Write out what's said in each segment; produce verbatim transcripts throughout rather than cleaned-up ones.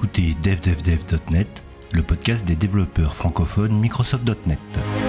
écoutez dev dev dev point net, le podcast des développeurs francophones Microsoft point net.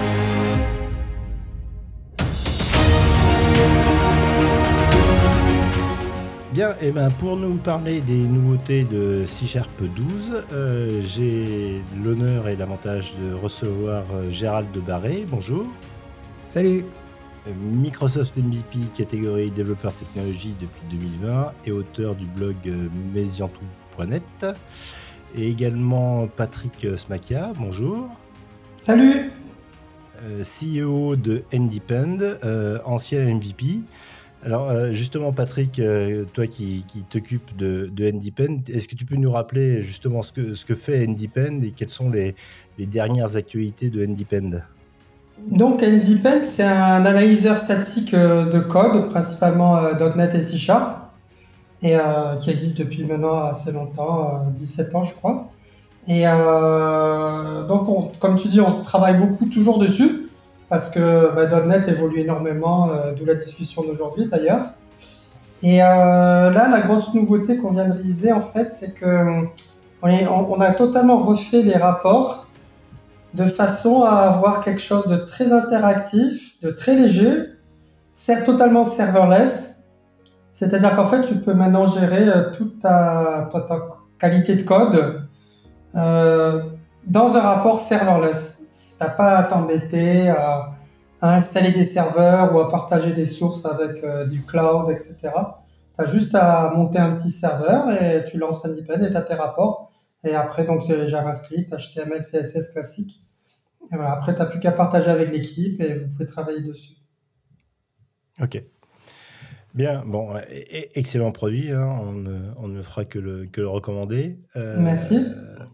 Bien, et ben pour nous parler des nouveautés de C Sharp douze, euh, j'ai l'honneur et l'avantage de recevoir Gérald de Barré. Bonjour. Salut. Microsoft M V P catégorie développeur technologie depuis deux mille vingt et auteur du blog mesiantou point net. Et également Patrick Smakia. Bonjour. Salut. Euh, C E O de Ndepend, euh, ancien M V P. Alors euh, justement Patrick, euh, toi qui, qui t'occupes de, de Ndepend, est-ce que tu peux nous rappeler justement ce que, ce que fait Ndepend et quelles sont les, les dernières actualités de Ndepend ? Donc Ndepend, c'est un analyseur statique de code, principalement euh, .NET et C Sharp, et euh, qui existe depuis maintenant assez longtemps, euh, dix-sept ans je crois. Et euh, donc on, comme tu dis, on travaille beaucoup toujours dessus, parce que bah, .NET évolue énormément, euh, d'où la discussion d'aujourd'hui d'ailleurs. Et euh, là, la grosse nouveauté qu'on vient de réaliser en fait, c'est que on, est, on, on a totalement refait les rapports de façon à avoir quelque chose de très interactif, de très léger, c'est totalement serverless. C'est-à-dire qu'en fait, tu peux maintenant gérer euh, toute ta, ta, ta qualité de code euh, dans un rapport serverless. Tu n'as pas à t'embêter à, à installer des serveurs ou à partager des sources avec euh, du cloud, et cetera. Tu as juste à monter un petit serveur et tu lances Ndepend et tu as tes rapports. Et après, donc, c'est JavaScript, H T M L, C S S classique. Et voilà, après, tu n'as plus qu'à partager avec l'équipe et vous pouvez travailler dessus. Ok. Bien, bon, excellent produit, hein. on, ne, on ne fera que le, que le recommander. Euh, Merci.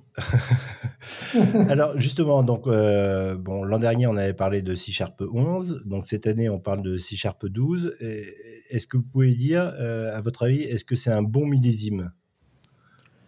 Alors justement, donc, euh, bon, l'an dernier, on avait parlé de C Sharp onze, donc cette année, on parle de C Sharp douze. Est-ce que vous pouvez dire, euh, à votre avis, est-ce que c'est un bon millésime ? Gérald ?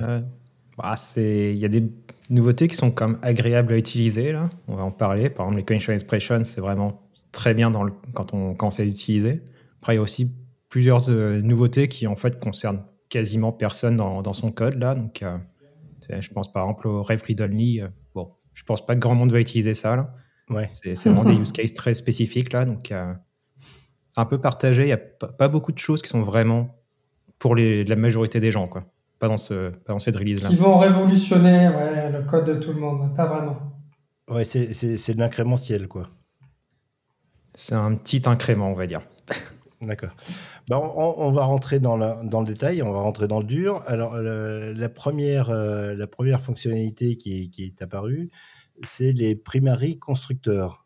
euh, bah, c'est... Il y a des nouveautés qui sont quand même agréables à utiliser, là. On va en parler. Par exemple, les conditional expressions, c'est vraiment très bien dans le... quand on commence à l'utiliser. Après, il y a aussi plusieurs euh, nouveautés qui, en fait, concernent quasiment personne dans, dans son code, là. Donc, euh, je pense, par exemple, au Ref Read Only. Euh, bon, je pense pas que grand monde va utiliser ça, là. Ouais. C'est, c'est vraiment des use cases très spécifiques, là. Donc, euh, c'est un peu partagé. Il n'y a pas, pas beaucoup de choses qui sont vraiment pour les, la majorité des gens, quoi. Pas dans, ce, pas dans cette release-là. Qui vont révolutionner ouais, le code de tout le monde, pas vraiment. Ouais, c'est, c'est, c'est de l'incrémentiel, quoi. C'est un petit incrément, on va dire. D'accord. Ben, on, on va rentrer dans, la, dans le détail, on va rentrer dans le dur. Alors, le, la, première, euh, la première fonctionnalité qui est, qui est apparue, c'est les primary constructeurs.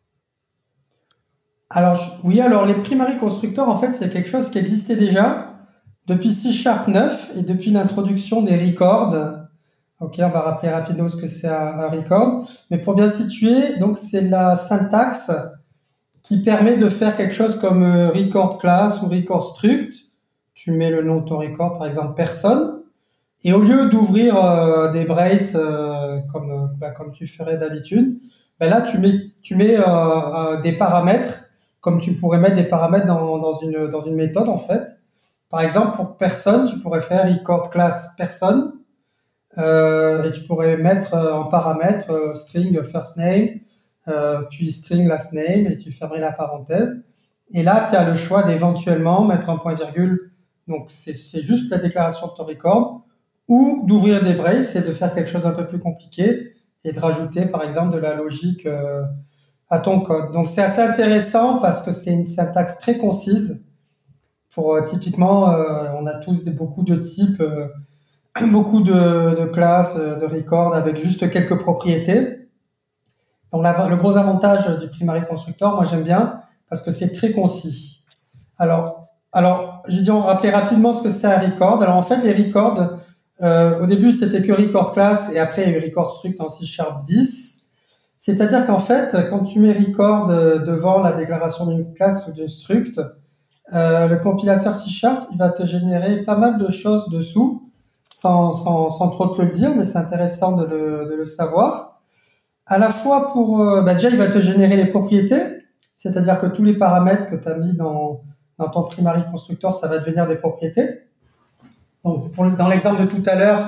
Alors, oui, alors les primary constructeurs, en fait, c'est quelque chose qui existait déjà depuis C Sharp neuf et depuis l'introduction des records. Ok, on va rappeler rapidement ce que c'est un, un record. Mais pour bien situer, donc c'est la syntaxe qui permet de faire quelque chose comme record class ou record struct. Tu mets le nom de ton record, par exemple personne. Et au lieu d'ouvrir euh, des braces euh, comme, bah, comme tu ferais d'habitude, bah là tu mets, tu mets euh, euh, des paramètres comme tu pourrais mettre des paramètres dans, dans, une, dans une méthode en fait. Par exemple, pour personne, tu pourrais faire record class personne euh, et tu pourrais mettre euh, en paramètre euh, string first name, euh, puis string last name et tu fermerais la parenthèse. Et là, tu as le choix d'éventuellement mettre un point virgule. Donc, c'est, c'est juste la déclaration de ton record ou d'ouvrir des braces et de faire quelque chose d'un peu plus compliqué et de rajouter, par exemple, de la logique euh, à ton code. Donc, c'est assez intéressant parce que c'est une syntaxe très concise. Pour euh, typiquement, euh, on a tous des, beaucoup de types, euh, beaucoup de, de classes, de records avec juste quelques propriétés. Donc, la, le gros avantage du primary constructor, moi j'aime bien parce que c'est très concis. Alors, alors j'ai dit on rappelait rapidement ce que c'est un record. Alors en fait, les records, euh, au début c'était que record class et après il y a eu record struct en C Sharp dix. C'est-à-dire qu'en fait, quand tu mets record devant la déclaration d'une classe ou d'une struct, Euh, le compilateur C Sharp, il va te générer pas mal de choses dessous, sans, sans, sans trop te le dire, mais c'est intéressant de le, de le savoir. À la fois pour, euh, bah déjà, il va te générer les propriétés, c'est-à-dire que tous les paramètres que tu as mis dans, dans ton primary constructor, ça va devenir des propriétés. Donc, pour, dans l'exemple de tout à l'heure,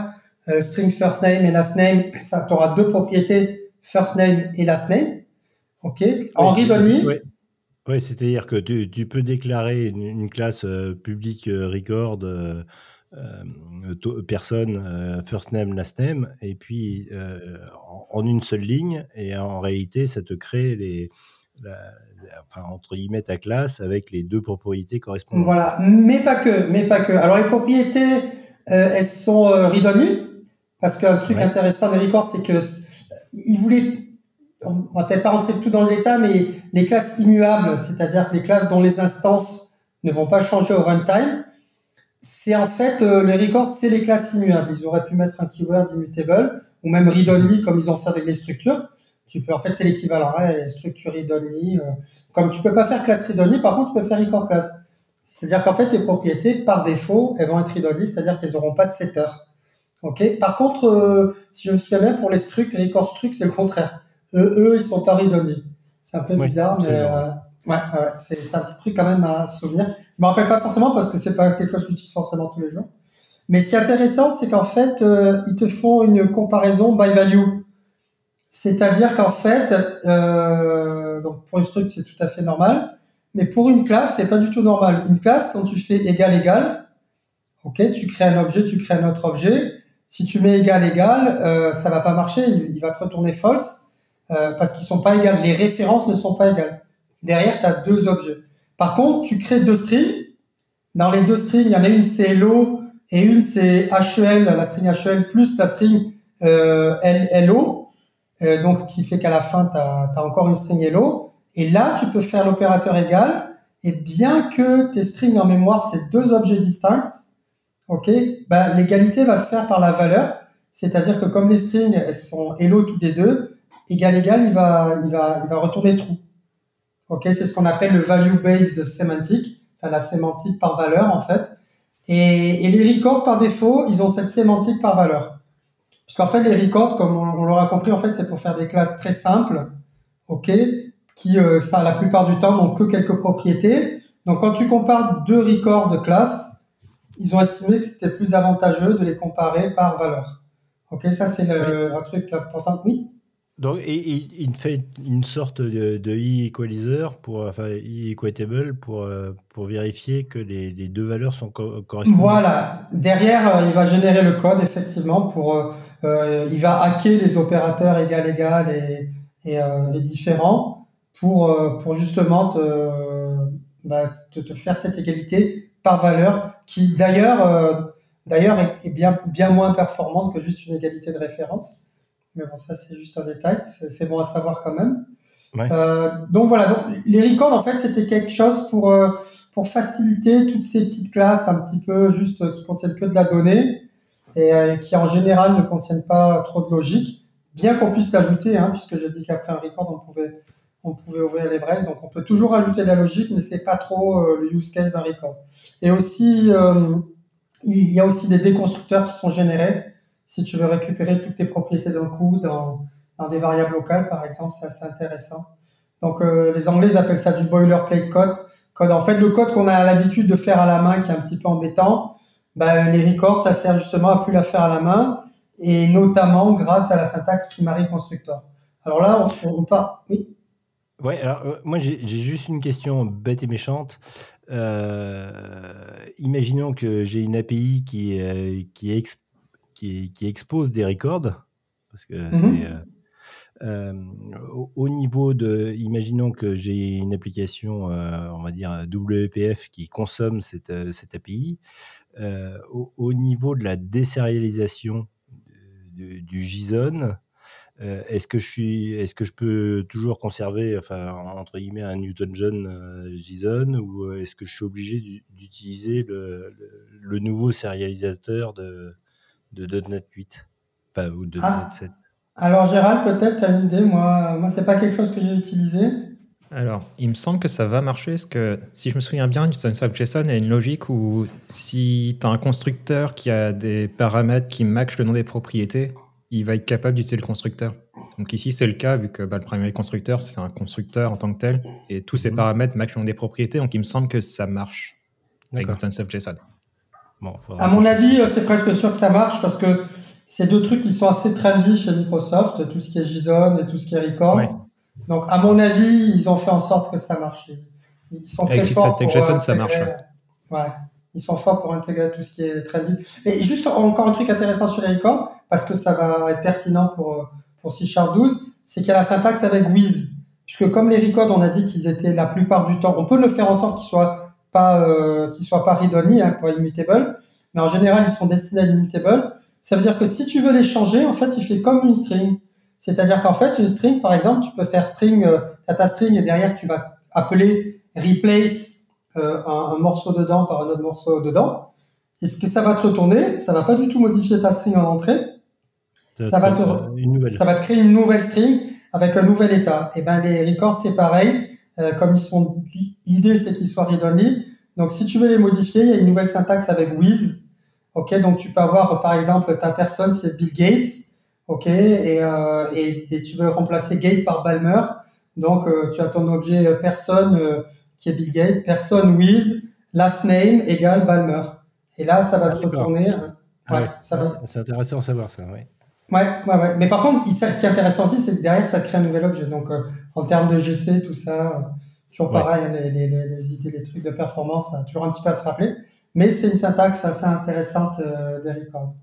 euh, string first name et last name, ça tu auras deux propriétés first name et last name. OK. En Oui, read-only, ouais. Ouais, c'est-à-dire que tu, tu peux déclarer une, une classe euh, publique euh, record euh, euh, to- personne euh, first name last name et puis euh, en, en une seule ligne et en réalité ça te crée les la- la- enfin, entre guillemets ta classe avec les deux propriétés correspondantes. voilà, mais pas que, mais pas que. Alors les propriétés, euh, elles sont euh, read-only parce qu'un truc Ouais. intéressant des records, c'est que c- ils voulaient, on va peut-être pas rentrer tout dans le détail, mais les classes immuables, c'est-à-dire les classes dont les instances ne vont pas changer au runtime, c'est en fait euh, les records, c'est les classes immuables. Ils auraient pu mettre un keyword immutable ou même read-only comme ils ont fait avec les structures. Tu peux, en fait, c'est l'équivalent, hein, les structures read-only. Euh, comme tu peux pas faire classe read-only, par contre, tu peux faire record class. C'est-à-dire qu'en fait, les propriétés, par défaut, elles vont être read-only, c'est-à-dire qu'elles n'auront pas de setter. Ok. Par contre, euh, si je me souviens bien, pour les structs, record struct, c'est le contraire. Eux, eux, ils sont pas read-only. C'est un peu Ouais, bizarre, mais absolument. euh, ouais, ouais, c'est, c'est un petit truc quand même à se souvenir. Je me rappelle pas forcément parce que c'est pas quelque chose que j'utilise forcément tous les jours. Mais ce qui est intéressant, c'est qu'en fait, euh, ils te font une comparaison by value. C'est-à-dire qu'en fait, euh, donc pour une struct, c'est tout à fait normal. Mais pour une classe, c'est pas du tout normal. Une classe, quand tu fais égal égal, ok, tu crées un objet, tu crées un autre objet. Si tu mets égal égal, euh, ça va pas marcher. Il, il va te retourner false euh, parce qu'ils sont pas égales. Les références ne sont pas égales. Derrière, tu as deux objets. Par contre, tu crées deux strings. Dans les deux strings, il y en a une c'est hello et une c'est H E L, la string H E L plus la string euh, L O. Euh, donc, ce qui fait qu'à la fin, tu as encore une string hello. Et là, tu peux faire l'opérateur égal. Et bien que tes strings en mémoire, c'est deux objets distincts, ok, ben, l'égalité va se faire par la valeur. C'est-à-dire que comme les strings, elles sont hello toutes les deux, égal égal, il va, il va, il va retourner true. Ok, c'est ce qu'on appelle le value-based semantic, enfin la sémantique par valeur en fait. Et, et les records par défaut, ils ont cette sémantique par valeur. Puisqu'en fait, les records, comme on, on l'aura compris, en fait, c'est pour faire des classes très simples, ok, qui, euh, ça, la plupart du temps, n'ont que quelques propriétés. Donc, quand tu compares deux records de classe, ils ont estimé que c'était plus avantageux de les comparer par valeur. Ok, ça, c'est Ouais. le, un truc important. Oui. Donc, et, et, il fait une sorte de, de e-equalizer, pour, enfin e-equatable, pour, euh, pour vérifier que les, les deux valeurs sont co- correspondantes. Voilà. Derrière, euh, il va générer le code, effectivement, pour, euh, euh, il va hacker les opérateurs égal égal et, et, euh, et différents pour, euh, pour justement te, euh, bah, te, te faire cette égalité par valeur qui, d'ailleurs, euh, d'ailleurs est, est bien, bien moins performante que juste une égalité de référence. Mais bon, ça, c'est juste un détail. C'est, c'est bon à savoir quand même. Ouais. Euh, donc voilà, donc les records en fait c'était quelque chose pour euh, pour faciliter toutes ces petites classes un petit peu juste euh, qui contiennent que de la donnée et euh, qui en général ne contiennent pas trop de logique, bien qu'on puisse l'ajouter, hein, puisque j'ai dit qu'après un record on pouvait on pouvait ouvrir les braises, donc on peut toujours ajouter de la logique, mais c'est pas trop euh, le use case d'un record. Et aussi euh, il y a aussi des déconstructeurs qui sont générés si tu veux récupérer toutes tes propriétés d'un coup dans dans des variables locales, par exemple, c'est assez intéressant. Donc, euh, les Anglais ils appellent ça du boilerplate code. Code. En fait, le code qu'on a l'habitude de faire à la main, qui est un petit peu embêtant, ben, les records, ça sert justement à plus la faire à la main, et notamment grâce à la syntaxe primary constructor. Alors là, on, on part. Oui. Ouais, alors euh, moi j'ai j'ai juste une question bête et méchante. Euh, imaginons que j'ai une A P I qui, euh, qui, ex- qui, qui expose des records, parce que c'est Mm-hmm. euh, euh, au, au niveau de, imaginons que j'ai une application, euh, on va dire W P F qui consomme cette, euh, cette A P I. Euh, au, au niveau de la désérialisation du, du JSON, euh, est-ce que je suis, est-ce que je peux toujours conserver, enfin entre guillemets, un Newton John euh, JSON, ou euh, est-ce que je suis obligé d'u- d'utiliser le, le, le nouveau sérialisateur de, de .NET huit, enfin, ou de .NET Ah, sept? alors Gérald, peut-être tu as une idée. Moi, moi, c'est pas quelque chose que j'ai utilisé. Alors, il me semble que ça va marcher, parce que si je me souviens bien, JSON a une logique où si tu as un constructeur qui a des paramètres qui matchent le nom des propriétés, il va être capable d'utiliser le constructeur. Donc ici, c'est le cas, vu que bah, le primary constructeur, c'est un constructeur en tant que tel, et tous ces Mhm. paramètres matchent le nom des propriétés, donc il me semble que ça marche avec D'accord. Newton Self JSON. Bon, faudra À que mon je avis, fasse euh, c'est presque sûr que ça marche parce que c'est deux trucs qui sont assez trendy chez Microsoft, tout ce qui est JSON et tout ce qui est record. Ouais. Donc, à mon avis, ils ont fait en sorte que ça marche. Ils sont Avec très forts System pour JSON, euh, ça marche. intégrer- Ouais, ils sont forts pour intégrer tout ce qui est trendy. Et juste encore un truc intéressant sur les records, parce que ça va être pertinent pour pour C Sharp douze, c'est qu'il y a la syntaxe avec with. Puisque comme les records, on a dit qu'ils étaient la plupart du temps, on peut le faire en sorte qu'ils soient pas euh, qu'ils soient pas read-only, hein, pour immutable, mais en général, ils sont destinés à l'immutable. Ça veut dire que si tu veux les changer, en fait, tu fais comme une string. C'est-à-dire qu'en fait, une string, par exemple, tu peux faire string, euh, t'as ta string et derrière, tu vas appeler replace euh, un, un morceau dedans par un autre morceau dedans. Et ce que ça va te retourner, ça va pas du tout modifier ta string en entrée. Ça, Ça va te, re- une nouvelle. ça va te créer une nouvelle string avec un nouvel état. Et ben les records c'est pareil, euh, comme ils sont, l'idée c'est qu'ils soient read-only. Donc si tu veux les modifier, il y a une nouvelle syntaxe avec with. Ok, donc tu peux avoir par exemple ta personne c'est Bill Gates, ok, et euh, et, et tu veux remplacer Gates par Balmer. Donc euh, tu as ton objet euh, personne euh, qui est Bill Gates, personne with last name égale Balmer. Et là ça va Ah, te d'accord. retourner. euh, Ah ouais, ouais. ça va. C'est intéressant à savoir ça, ouais. Ouais, ouais, ouais. Mais par contre, il- ça, ce qui est intéressant aussi, c'est que derrière, ça crée un nouvel objet. Donc, euh, en termes de G C, tout ça, euh, toujours Ouais. pareil, les, les, les, les idées, les trucs de performance, ça a toujours un petit peu à se rappeler. Mais c'est une syntaxe assez intéressante euh, des records.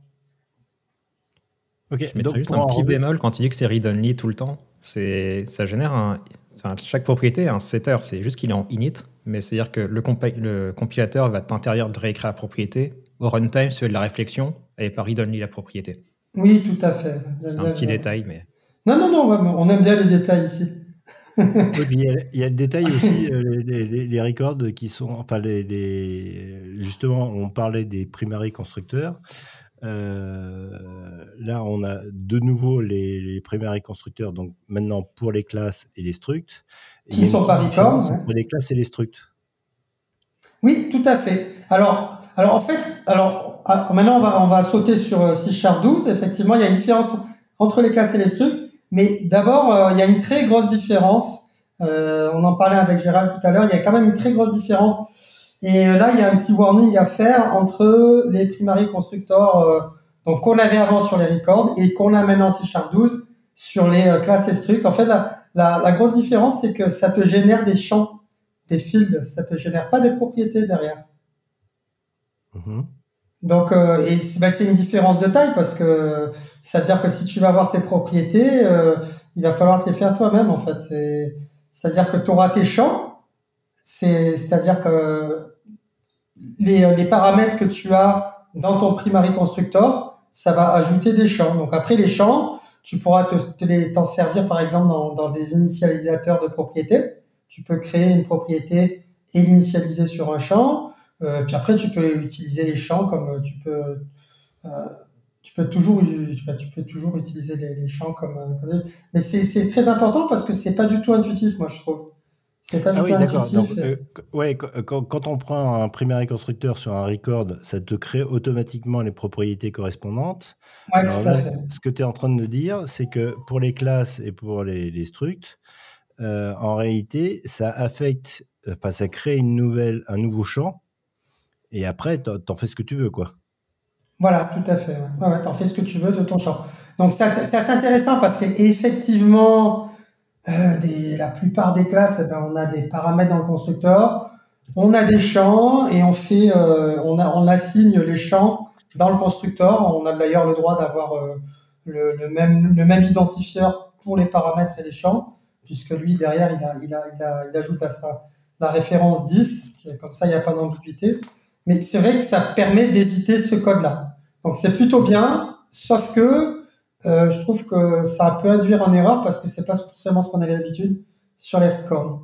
Ok, Je mettrais donc juste pour un en petit revenir- bémol quand il dit que c'est read-only tout le temps. C'est, ça génère un. Enfin, chaque propriété a un setter, c'est juste qu'il est en init, mais c'est-à-dire que le, compi- le compilateur va t'interdire de réécrire la propriété. Au runtime, si tu fais de la réflexion, elle n'est pas read-only la propriété. Oui, tout à fait. Bien, C'est bien, un petit bien. détail, mais. Non, non, non, ouais, mais on aime bien les détails ici. Oui, puis il y a, il y a le détail aussi, euh, les, les- les- les records qui sont, enfin, les, les- justement, on parlait des primary constructeurs. Euh, là, on a de nouveau les, les primary constructeurs, donc maintenant pour les classes et les structs. Et Qui il y a ne une sont pas petite records, différence ouais. entre les classes et les structs. Oui, tout à fait. Alors, alors en fait, alors ah, maintenant on va on va sauter sur euh, C Sharp douze. Effectivement, il y a une différence entre les classes et les structs, mais d'abord euh, il y a une très grosse différence. Euh, on en parlait avec Gérald tout à l'heure. Il y a quand même une très grosse différence. Et euh, là, il y a un petit warning à faire entre les primary constructors euh, donc qu'on avait avant sur les records et qu'on a maintenant en C Sharp douze sur les euh, classes et structs. En fait, la, la, la grosse différence, c'est que ça te génère des champs, des fields, ça te génère pas des propriétés derrière. Mhm. Donc, euh, et c'est bah, c'est une différence de taille parce que ça veut dire que si tu vas avoir tes propriétés, euh, il va falloir te les faire toi-même en fait. C'est, c'est-à-dire que tu auras tes champs, c'est, c'est-à-dire que les, les paramètres que tu as dans ton primary constructor, ça va ajouter des champs. Donc après les champs, tu pourras te, te les, t'en servir par exemple dans, dans des initialisateurs de propriétés. Tu peux créer une propriété et l'initialiser sur un champ. Euh, puis après, tu peux utiliser les champs comme tu peux, euh, tu peux toujours, tu peux, tu peux toujours utiliser les, les champs comme, comme mais c'est, c'est très important parce que c'est pas du tout intuitif, moi, je trouve. C'est pas du Ah tout oui, d'accord. intuitif. Donc, euh, qu- ouais, qu- quand, quand on prend un primary constructeur sur un record, ça te crée automatiquement les propriétés correspondandes. Ouais, Alors tout à là, fait. ce que tu es en train de nous dire, c'est que pour les classes et pour les, les structs, euh, en réalité, ça affecte, enfin, ça crée une nouvelle, un nouveau champ, et après, t'en t'en fais ce que tu veux, quoi. Voilà, tout à fait. Ouais, ouais, ouais, t'en fais ce que tu veux de ton champ. Donc c'est int- c'est assez intéressant parce qu'effectivement, euh, des, la plupart des classes, eh ben, on a des paramètres dans le constructeur, on a des champs et on fait, euh, on a, on assigne les champs dans le constructeur. On a d'ailleurs le droit d'avoir euh, le, le même, le même identifieur pour les paramètres et les champs, puisque lui derrière il a, il a, il a, il ajoute à ça la référence dix, qui est comme ça il n'y a pas d'ambiguïté. Mais c'est vrai que ça permet d'éviter ce code-là. Donc c'est plutôt bien, sauf que euh, je trouve que ça peut induire en erreur parce que c'est pas forcément ce qu'on avait l'habitude sur les records.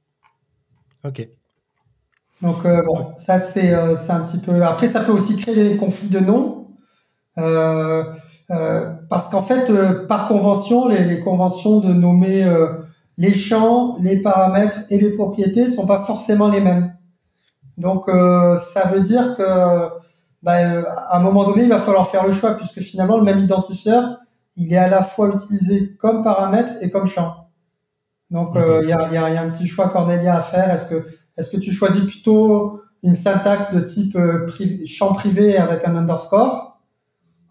Ok. Donc euh, bon, ça c'est euh, c'est un petit peu. Après, ça peut aussi créer des conflits de noms euh, euh, parce qu'en fait, euh, par convention, les, les conventions de nommer euh, les champs, les paramètres et les propriétés sont pas forcément les mêmes. Donc euh, ça veut dire que bah, euh, à un moment donné, il va falloir faire le choix puisque finalement le même identifieur, il est à la fois utilisé comme paramètre et comme champ. Donc euh, il Mhm. y, a, il y, a, il y a un petit choix Cornelia à faire. Est-ce que est-ce que tu choisis plutôt une syntaxe de type euh, pri- champ privé avec un underscore,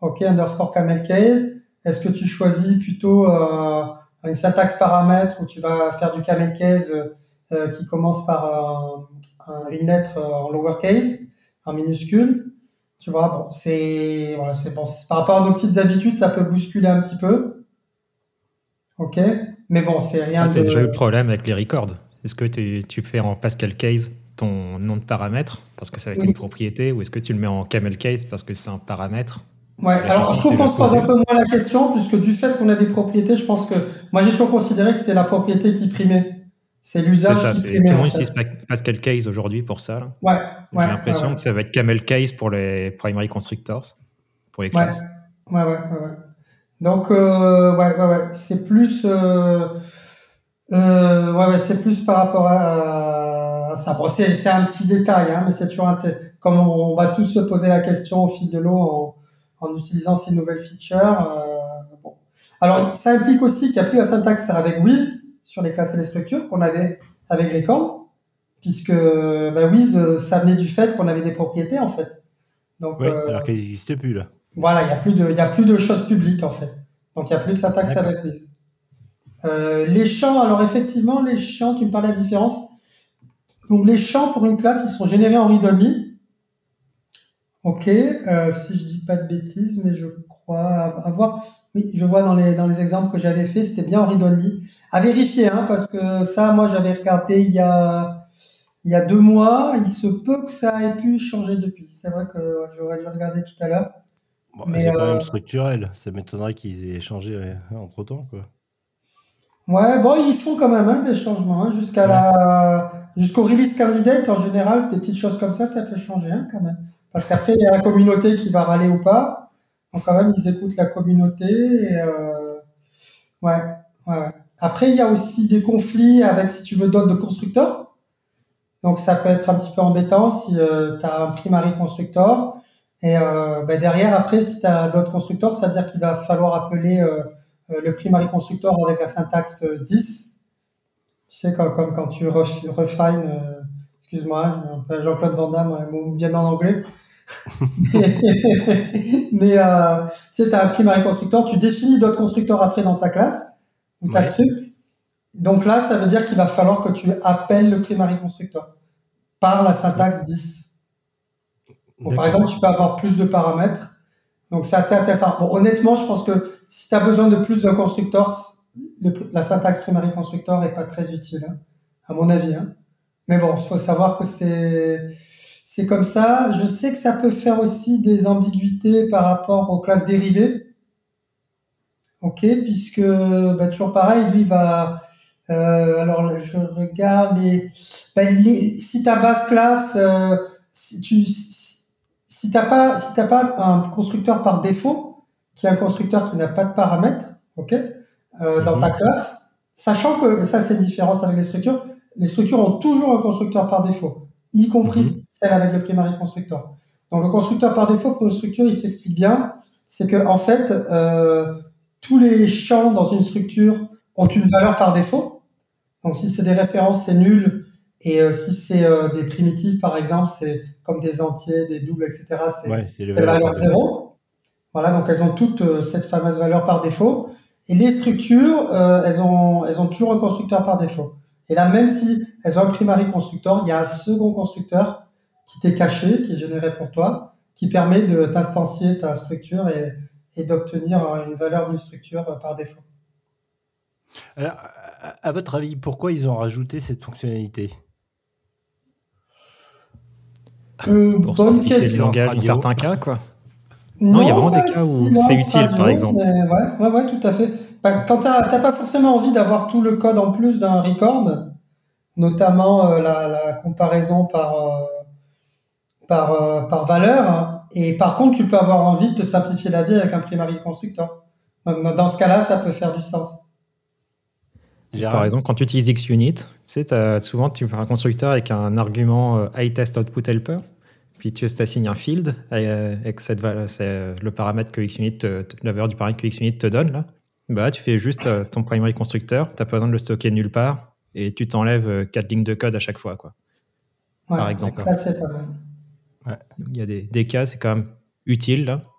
ok, underscore camel case. Est-ce que tu choisis plutôt euh, une syntaxe paramètre où tu vas faire du camel case euh, qui commence par un, un, une lettre en lowercase, en minuscule. Tu vois, bon, c'est, voilà, c'est bon. Par rapport à nos petites habitudes, ça peut bousculer un petit peu. Ok, mais bon, c'est rien ah, de. Tu as déjà eu le problème avec les records. Est-ce que tu, tu fais en Pascal case ton nom de paramètre parce que ça va être Oui. une propriété, ou est-ce que tu le mets en camel case parce que c'est un paramètre? Ouais, C'est la alors question je que trouve c'est qu'on de se pose poser. un peu moins la question, puisque du fait qu'on a des propriétés, je pense que moi j'ai toujours considéré que c'est la propriété qui primait. C'est C'est l'usage ça, qui c'est, primait tout le en monde fait. utilise Pa- Pascal case aujourd'hui pour ça, là. Ouais, ouais, J'ai ouais, l'impression ouais. que ça va être camel case pour les primary constructors, pour les Ouais, classes. ouais, ouais, ouais, ouais. Donc, euh, ouais, ouais, ouais, c'est plus, euh, euh, ouais, ouais, c'est plus par rapport à, à ça. Bon, c'est, c'est un petit détail, hein, mais c'est toujours inté- comme on, on va tous se poser la question au fil de l'eau en, en utilisant ces nouvelles features. Euh, bon. Alors, ça implique aussi qu'il n'y a plus la syntaxe avec with sur les classes et les structures qu'on avait avec les camps, puisque bah, with, ça venait du fait qu'on avait des propriétés en fait. Donc, Oui, euh, alors qu'elle n'existe plus là. voilà, il y a plus de, il y a plus de choses publiques en fait. Donc, il y a plus de syntaxe D'accord. avec with. Euh, les champs, alors effectivement, les champs, tu me parlais de la différence. Donc, les champs pour une classe, ils sont générés en read-only. Ok, euh, si je dis pas de bêtises, mais je crois avoir. Oui, je vois dans les dans les exemples que j'avais fait, c'était bien en read-only. À vérifier, hein, parce que ça, moi, j'avais regardé il y a il y a deux mois. Il se peut que ça ait pu changer depuis. C'est vrai que ouais, j'aurais dû regarder tout à l'heure. Bon, Mais c'est quand euh, même structurel. Ça m'étonnerait qu'ils aient changé entre temps, quoi. ouais, bon, ils font quand même hein, des changements hein, jusqu'à Ouais. la jusqu'au release candidate en général, des petites choses comme ça, ça peut changer hein, quand même. Parce qu'après, il y a la communauté qui va râler ou pas. Donc quand même, ils écoutent la communauté. Et, euh, ouais, ouais, ouais. Après, il y a aussi des conflits avec, si tu veux, d'autres constructeurs. Donc ça peut être un petit peu embêtant si euh, tu as un primary constructor. Et euh, ben derrière, après, si tu as d'autres constructeurs, ça veut dire qu'il va falloir appeler euh, euh, le primary constructor avec la syntaxe euh, dix. Tu sais, comme, comme quand tu ref, refines, euh, excuse-moi, un peu Jean-Claude Van Damme, un mot bien en anglais. Mais euh, tu sais, tu as un primary constructor, tu définis d'autres constructeurs après dans ta classe ou ta Ouais. script. Donc là, ça veut dire qu'il va falloir que tu appelles le primary constructor par la syntaxe dix. Donc, par D'accord. exemple, tu peux avoir plus de paramètres. Donc, c'est assez intéressant. Bon, honnêtement, je pense que si tu as besoin de plus de constructeurs, le, la syntaxe primary constructor est pas très utile, hein, à mon avis. Hein. Mais bon, il faut savoir que c'est c'est comme ça. Je sais que ça peut faire aussi des ambiguïtés par rapport aux classes dérivées. Ok, puisque bah, toujours pareil, lui va. Euh, alors, je regarde les. Bah, les si ta base classe, euh, si tu si t'as pas si t'as pas un constructeur par défaut, qui est un constructeur qui n'a pas de paramètres, ok, euh, dans ta Mhm. classe, sachant que ça c'est une différence avec les structures. Les structures ont toujours un constructeur par défaut, y compris Mhm. celle avec le primary constructor. Donc le constructeur par défaut pour une structure, il s'explique bien, c'est que en fait euh, tous les champs dans une structure ont une valeur par défaut. Donc si c'est des références, c'est nul. Et euh, si c'est euh, des primitives, par exemple, c'est comme des entiers, des doubles, et cetera, c'est Ouais, c'est les c'est valeurs par valeur défaut. zéro. Voilà, donc elles ont toutes euh, cette fameuse valeur par défaut. Et les structures, euh, elles ont elles ont toujours un constructeur par défaut. Et là, même si elles ont un primary constructor, il y a un second constructeur qui t'est caché, qui est généré pour toi, qui permet de t'instancier ta structure et, et d'obtenir euh, une valeur d'une structure euh, par défaut. Alors, à, à votre avis, pourquoi ils ont rajouté cette fonctionnalité? Euh, Pour bonne simplifier le question. Silence langage dans radio. certains cas, quoi. Non, il y a Non, vraiment des pas cas où c'est silence utile, par radio, exemple. mais ouais, ouais, ouais, tout à fait. Bah, quand t'as t'as pas forcément envie d'avoir tout le code en plus d'un record, notamment euh, la, la comparaison par euh, par euh, par valeur, hein. Et par contre, tu peux avoir envie de te simplifier la vie avec un primary constructor. Donc, dans dans ce cas-là, ça peut faire du sens. Par Gérald? exemple, quand tu utilises Xunit, tu sais, t'as- souvent tu fais un constructeur avec un argument euh, iTestOutputHelper, puis tu assignes un field euh, avec cette valeur, c'est euh, le paramètre que Xunit, te- te- la valeur du paramètre que Xunit te donne là. Bah, tu fais juste euh, ton primary constructeur, t'as pas besoin de le stocker nulle part, et tu t'enlèves euh, quatre lignes de code à chaque fois, quoi. Ouais, Par exemple. ça c'est pas mal. Ouais. Il y a des, des cas, c'est quand même utile là.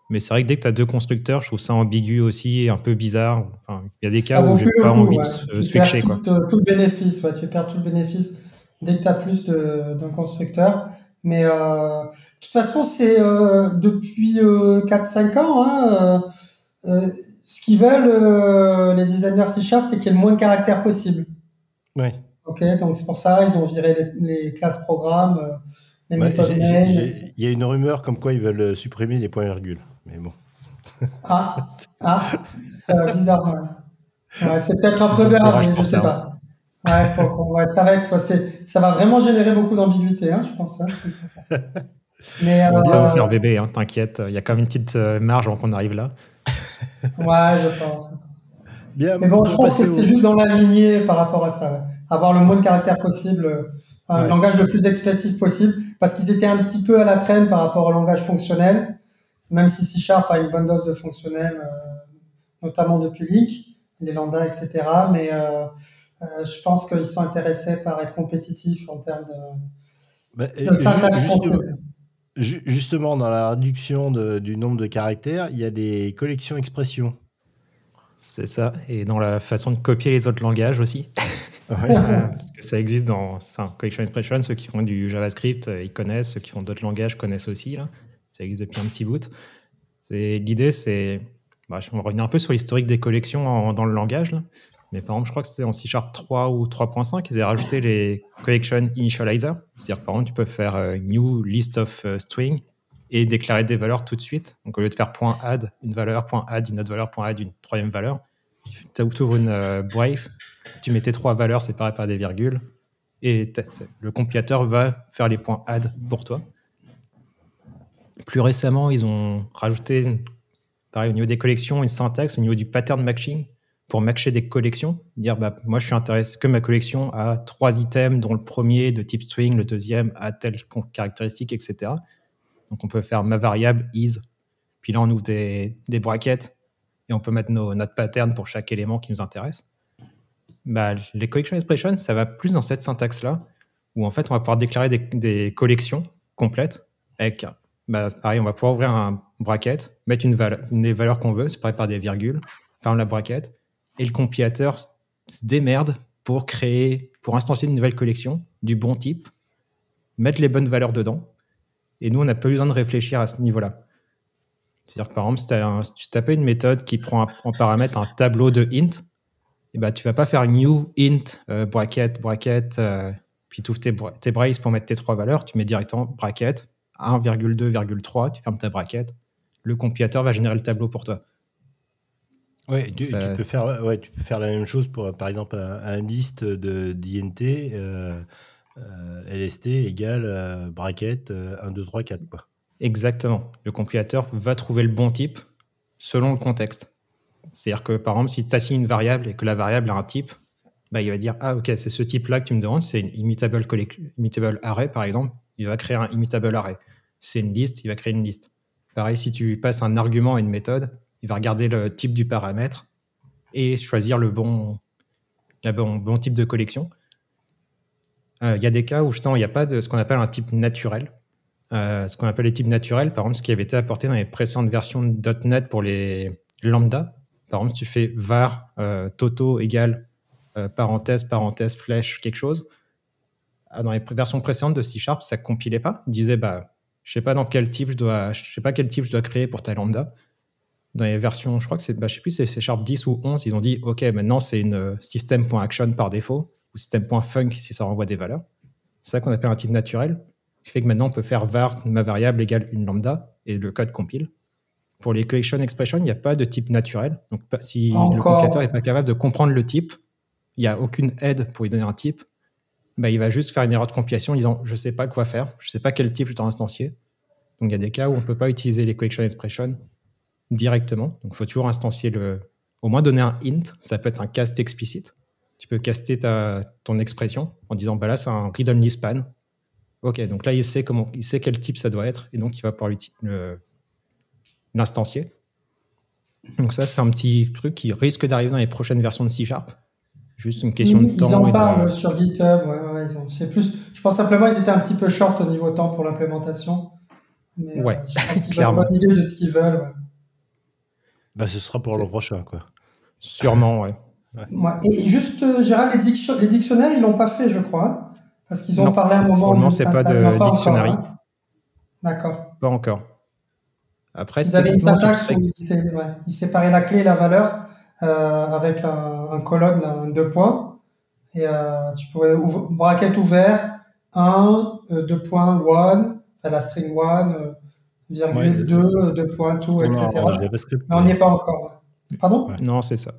Mais c'est vrai que dès que tu as deux constructeurs, je trouve ça ambigu aussi, et un peu bizarre. Enfin, il y a des Ça cas vaut où j'ai plus le pas coup, envie de ouais. se- Tu switcher, perds quoi. tout, euh, tout le bénéfice, ouais. Tu perds tout le bénéfice dès que tu as plus de- d'un constructeur. Mais euh, de toute façon, c'est euh, depuis euh, quatre cinq ans, hein, euh, euh, ce qu'ils veulent, euh, les designers C Sharp, c'est qu'il y ait le moins de caractères possible. Ouais. Ok, donc c'est pour ça ils ont viré les, les classes programmes, euh, les Ouais, méthodes j'ai- j'ai- main. j'ai- Il y a une rumeur comme quoi ils veulent euh, supprimer les points-virgules. Mais bon. Ah, ah, c'est bizarre. Ouais. Ouais, c'est peut-être un Bon proverbe, courage mais je pour sais ça. pas. Ouais, faut qu'on ouais, ça va être, toi, c'est, ça va vraiment générer beaucoup d'ambiguïté, hein, je pense. Hein, c'est pour ça. Mais On va pas vous euh, faire bébé, hein, t'inquiète. Il y a quand même une petite euh, marge avant qu'on arrive là. ouais, je pense. Bien, Mais bon, on je peut pense que passer c'est au. juste dans la lignée par rapport à ça. Ouais. Avoir le moins de caractères possible, euh, un Ouais. langage le plus expressif possible, parce qu'ils étaient un petit peu à la traîne par rapport au langage fonctionnel, même si C Sharp a une bonne dose de fonctionnel, euh, notamment depuis Link, les lambda, et cetera. Mais euh, euh, je pense qu'ils sont intéressés par être compétitifs en termes de, Bah, de euh, ju- syntaxe justement, française. ju- justement, dans la réduction de- du nombre de caractères, il y a des collections expressions. C'est ça. Et dans la façon de copier les autres langages aussi. Ouais. Euh, parce que ça existe dans enfin, Collection Expression. Ceux qui font du JavaScript, euh, ils connaissent. Ceux qui font d'autres langages connaissent aussi. Là. Ça existe depuis un petit bout. C'est, l'idée, c'est. Bah, je vais revenir un peu sur l'historique des collections en- dans le langage. Là. Mais par exemple, je crois que c'était en C Sharp trois ou trois point cinq, ils avaient rajouté les Collection Initializer. C'est-à-dire que par exemple, tu peux faire euh, New List of uh, String et déclarer des valeurs tout de suite. Donc au lieu de faire point .add une valeur, point .add une autre valeur, point .add une troisième valeur, tu ouvres une euh, brace, tu mets tes trois valeurs séparées par des virgules et le compilateur va faire les points add pour toi. Plus récemment, ils ont rajouté, pareil, au niveau des collections, une syntaxe au niveau du pattern matching pour matcher des collections. Dire, bah, moi, je suis intéressé que ma collection a trois items, dont le premier de type string, le deuxième a telle caractéristique, et cetera. Donc, on peut faire ma variable is, puis là, on ouvre des, des brackets et on peut mettre nos, notre pattern pour chaque élément qui nous intéresse. Bah, les collection expressions, ça va plus dans cette syntaxe-là, où en fait, on va pouvoir déclarer des, des collections complètes avec, bah, pareil, on va pouvoir ouvrir un bracket, mettre une valeur, une des valeurs qu'on veut, séparées par des virgules, ferme la bracket, et le compilateur se démerde pour créer, pour instancier une nouvelle collection du bon type, mettre les bonnes valeurs dedans, et nous, on n'a pas besoin de réfléchir à ce niveau-là. C'est-à-dire que par exemple, si, un, si tu tapes une méthode qui prend un, en paramètre un tableau de int, et bah, tu ne vas pas faire new int, euh, bracket, bracket, euh, puis tu ouvres tes, tes braces pour mettre tes trois valeurs, tu mets directement bracket, un virgule deux virgule trois, tu fermes ta bracket, le compilateur va générer le tableau pour toi. Ouais, tu, ça... tu, peux faire, ouais, tu peux faire la même chose pour, par exemple, un, un liste de d'I N T, euh, euh, L S T égale euh, bracket euh, un, deux, trois, quatre. Quoi. Exactement. Le compilateur va trouver le bon type selon le contexte. C'est-à-dire que, par exemple, si tu assignes une variable et que la variable a un type, bah, il va dire « Ah, ok, c'est ce type-là que tu me demandes, c'est une immutable, collect- immutable array, par exemple. » Il va créer un immutable array. C'est une liste, il va créer une liste. Pareil, si tu passes un argument à une méthode, il va regarder le type du paramètre et choisir le bon, le bon, bon type de collection. Il euh, y a des cas où, justement, il n'y a pas de ce qu'on appelle un type naturel. Euh, ce qu'on appelle les types naturels, par exemple, ce qui avait été apporté dans les précédentes versions de .NET pour les lambda. Par exemple, si tu fais var euh, toto égale euh, parenthèse, parenthèse, flèche, quelque chose. Dans les versions précédentes de C Sharp, ça ne compilait pas. Il disait, bah, je ne sais pas dans quel type je dois, je sais pas quel type je dois créer pour ta lambda. Dans les versions, je crois que c'est, bah, je sais plus, c'est C Sharp dix ou onze, ils ont dit, OK, maintenant c'est une euh, system.action par défaut, ou system.func si ça renvoie des valeurs. C'est ça qu'on appelle un type naturel, qui fait que maintenant on peut faire var, ma variable égale une lambda, et le code compile. Pour les collection expression, il n'y a pas de type naturel. Donc, si Encore. Le compilateur n'est pas capable de comprendre le type, il n'y a aucune aide pour lui donner un type, bah, il va juste faire une erreur de compilation en disant « je ne sais pas quoi faire, je ne sais pas quel type je dois instancier ». Donc, il y a des cas où on ne peut pas utiliser les collection expression directement. Donc, il faut toujours instancier le... Au moins donner un int, ça peut être un cast explicite. Tu peux caster ta, ton expression en disant bah, « là, c'est un read-only span ». Ok, donc là, il sait, comment, il sait quel type ça doit être et donc il va pouvoir le, l'instancier. Donc ça, c'est un petit truc qui risque d'arriver dans les prochaines versions de C Sharp. Juste une question oui, de temps. Ils en et parlent de... sur GitHub. Ouais, ouais, ils ont... c'est plus... Je pense simplement qu'ils étaient un petit peu short au niveau temps pour l'implémentation. Mais Ouais, euh, je pense qu'ils ont une clairement. bonne idée de ce qu'ils veulent. Ouais. Bah, ce sera pour C'est- l'an prochain, quoi. Sûrement, ouais. Ouais. Et juste, euh, Gérald, les, diction- les dictionnaires, ils l'ont pas fait, je crois. Hein, parce qu'ils ont Non, parlé un pour moment le moment, d'une c'est pas syntaxe. Non, de pas encore. dictionary. Hein. D'accord. Pas encore. Parce Après, qu'ils avaient une techniquement, tu syntaxe serais... où ils, sé- ouais, ils séparaient la clé et la valeur euh, avec un, un colonne, là, un deux points. Et euh, tu pouvais ouvrir, bracket ouvert, un, euh, deux points, one, enfin, la string one, euh, Ouais, virgule, euh, deux, deux points, two, tourne en et cetera. JavaScript, Mais on n'y est d'ailleurs. pas encore. Ouais. Pardon? Ouais. Non, c'est ça.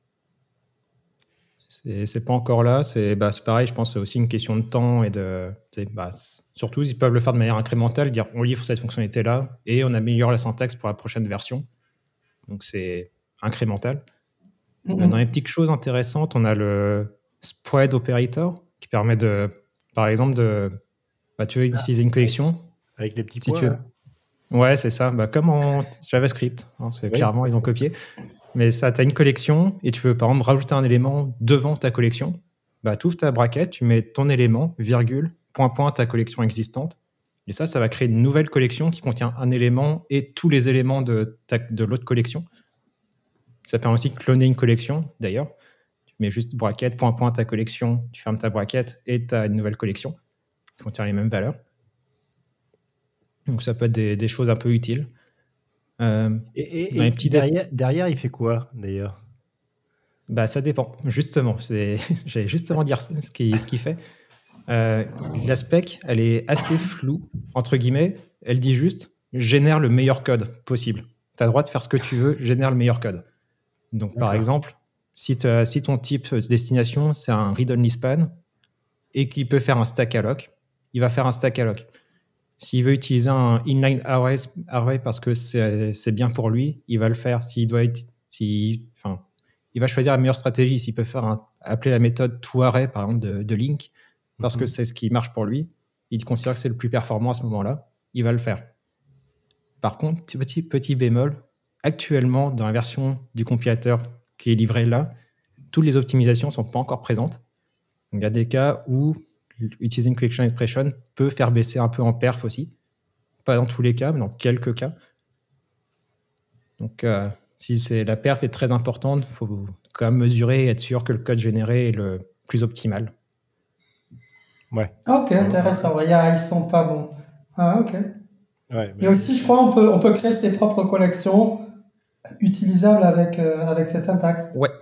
C'est, c'est pas encore là. C'est, bah, c'est pareil, je pense que c'est aussi une question de temps et de. c'est- Bah, c'est- surtout, ils peuvent le faire de manière incrémentale, dire on livre cette fonctionnalité-là et on améliore la syntaxe pour la prochaine version. Donc c'est incrémental. Euh, Dans les Mhm. petites choses intéressantes, on a le spread operator qui permet de, par exemple, de. Bah, tu veux utiliser une Avec, collection. avec les petits Si points, tu veux. là. Ouais, c'est ça. Bah, comme en JavaScript. Hein, c'est, Oui. clairement, ils ont copié. Mais ça, tu as une collection et tu veux par exemple rajouter un élément devant ta collection. Bah, tu ouvres ta braquette, tu mets ton élément, virgule, point, point, ta collection existante. Et ça, ça va créer une nouvelle collection qui contient un élément et tous les éléments de, ta, de l'autre collection. Ça permet aussi de cloner une collection, d'ailleurs. Tu mets juste braquette, point, point, ta collection, tu fermes ta braquette et tu as une nouvelle collection qui contient les mêmes valeurs. Donc ça peut être des, des choses un peu utiles. Euh, Et, et- dans les et petits dé- derrière, derrière, il fait quoi, d'ailleurs? Bah, ça dépend, justement. C'est... J'allais justement dire ce qu'il ce qu'il fait. Euh, la spec, elle est assez floue, entre guillemets. Elle dit juste génère le meilleur code possible. Tu as le droit de faire ce que tu veux, génère le meilleur code. Donc, par D'accord. exemple, si, t'as- si ton type de destination, c'est un read-only span et qu'il peut faire un stack alloc, il va faire un stack alloc. S'il veut utiliser un inline array, array parce que c'est, c'est bien pour lui, il va le faire. S'il doit être, s'il, enfin, il va choisir la meilleure stratégie. S'il peut faire un, appeler la méthode toArray, par exemple, de, de Link, parce que Mhm. c'est ce qui marche pour lui, il considère que c'est le plus performant à ce moment-là, il va le faire. Par contre, petit, petit bémol, actuellement, dans la version du compilateur qui est livrée là, toutes les optimisations ne sont pas encore présentes. Donc, il y a des cas où utiliser une collection expression peut faire baisser un peu en perf aussi. Pas dans tous les cas, mais dans quelques cas. Donc, euh, si c'est, la perf est très importante, il faut quand même mesurer et être sûr que le code généré est le plus optimal. Ouais. Ok, intéressant. Ouais, y a- ils sont pas bons. Ah, ok. Ouais, Et mais- aussi, je crois, on peut, on peut créer ses propres collections utilisables avec, euh, avec cette syntaxe. Ouais.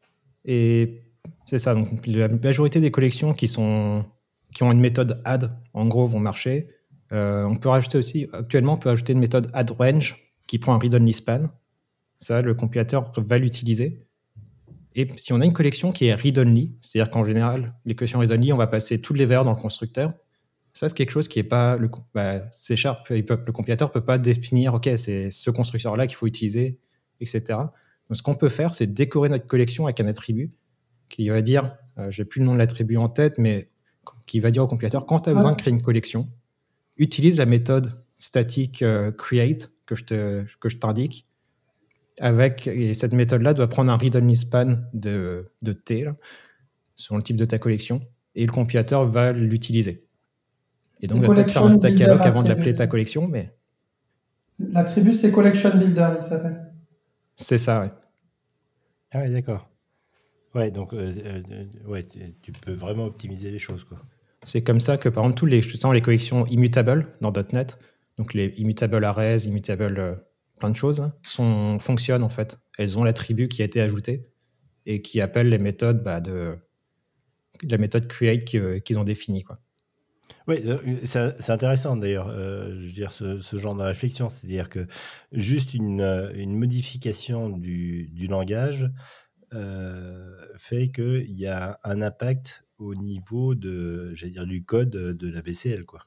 Et c'est ça. Donc, la majorité des collections qui, sont, qui ont une méthode add, en gros, vont marcher. Euh, on peut rajouter aussi, actuellement, on peut ajouter une méthode add range qui prend un read-only span. Ça, le compilateur va l'utiliser. Et si on a une collection qui est read-only, c'est-à-dire qu'en général, les collections read-only, on va passer toutes les valeurs dans le constructeur. Ça, c'est quelque chose qui est pas... Le, bah, C Sharp, il peut, le compilateur ne peut pas définir, OK, c'est ce constructeur-là qu'il faut utiliser, et cetera. Donc, ce qu'on peut faire, c'est décorer notre collection avec un attribut qui va dire, euh, j'ai plus le nom de l'attribut en tête, mais qui va dire au compilateur, quand tu as besoin de créer une collection, utilise la méthode statique euh, create que je, te, que je t'indique. Avec, et cette méthode-là doit prendre un read-only span de, de T, là, selon le type de ta collection, et le compilateur va l'utiliser. Et donc, il va peut-être faire un stack alloc avant de l'appeler ta collection, mais... L'attribut, c'est Collection Builder, il s'appelle. C'est ça, ouais. Ah ouais, d'accord. Ouais, donc euh, euh, ouais, tu, tu peux vraiment optimiser les choses, quoi. C'est comme ça que, par exemple, tous les, justement, les collections immutables dans .NET, donc les immutable arrays, immutable euh, plein de choses, hein, sont, fonctionnent en fait. Elles ont l'attribut qui a été ajouté et qui appelle les méthodes bah, de, de la méthode create qui, euh, qu'ils ont définie, quoi. Oui, c'est c'est intéressant d'ailleurs, euh, je veux dire, ce, ce genre de réflexion. C'est-à-dire que juste une, euh, une modification du, du langage euh, fait qu'il y a un impact au niveau de, j'allais dire, du code de la V C L, quoi.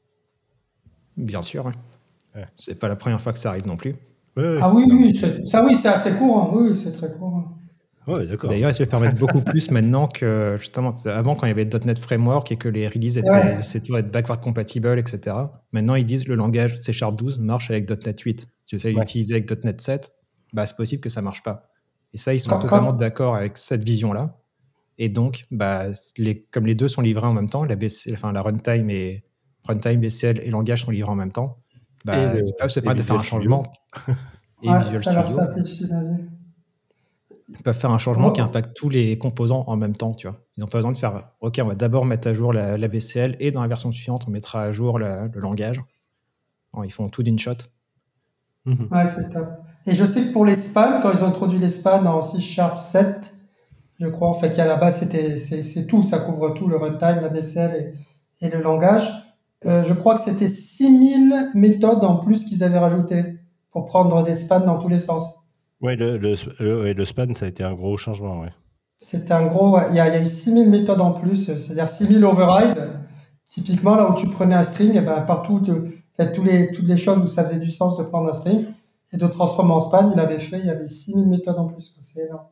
Bien sûr, ouais. Ouais. C'est pas la première fois que ça arrive non plus. Ouais, ouais. Ah oui, oui, c'est, ça oui, c'est assez courant. Oui, oui, c'est très courant. Ouais, d'accord. D'ailleurs, ils se permettent beaucoup plus maintenant que, justement, avant, quand il y avait .NET Framework et que les releases étaient, Ouais. c'est toujours être backward compatible, et cetera. Maintenant, ils disent que le langage C Sharp douze marche avec .NET huit. Si tu essayes Ouais. d'utiliser avec .NET sept, bah, c'est possible que ça marche pas. Et ça, ils sont Quand- totalement quand- d'accord avec cette vision-là. Et donc, bah, les, comme les deux sont livrés en même temps, la, B C, enfin, la runtime et runtime, B C L et langage sont livrés en même temps, bah, le, ils peuvent se et permettre de faire un Visual changement. Studio. Et Ouais, Visual ça leur Studio, simplifie la vie. ils peuvent faire un changement qui Bon. impacte tous les composants en même temps, tu vois. Ils n'ont pas besoin de faire, OK, on va d'abord mettre à jour la, la B C L et dans la version suivante, on mettra à jour la- le langage. Non, ils font tout d'une shot. Mhm. Ouais, c'est top. Et je sais que pour les spans, quand ils ont introduit les spans en C Sharp sept, je crois, en fait, qu'il y a là-bas, c'était, c'est, c'est tout, ça couvre tout, le runtime, la B C L et, et le langage. Euh, je crois que c'était six mille méthodes en plus qu'ils avaient rajoutées pour prendre des spans dans tous les sens. Ouais, le, le, le, ouais, le span, ça a été un gros changement. Ouais. C'était un gros, ouais, il y a, il y a eu six mille méthodes en plus, euh, c'est-à-dire six mille overrides. Typiquement, là où tu prenais un string, et ben, partout, de, en fait, tous les, toutes les choses où ça faisait du sens de prendre un string et de transformer en span, il avait fait, il y avait eu six mille méthodes en plus, quoi. C'est énorme.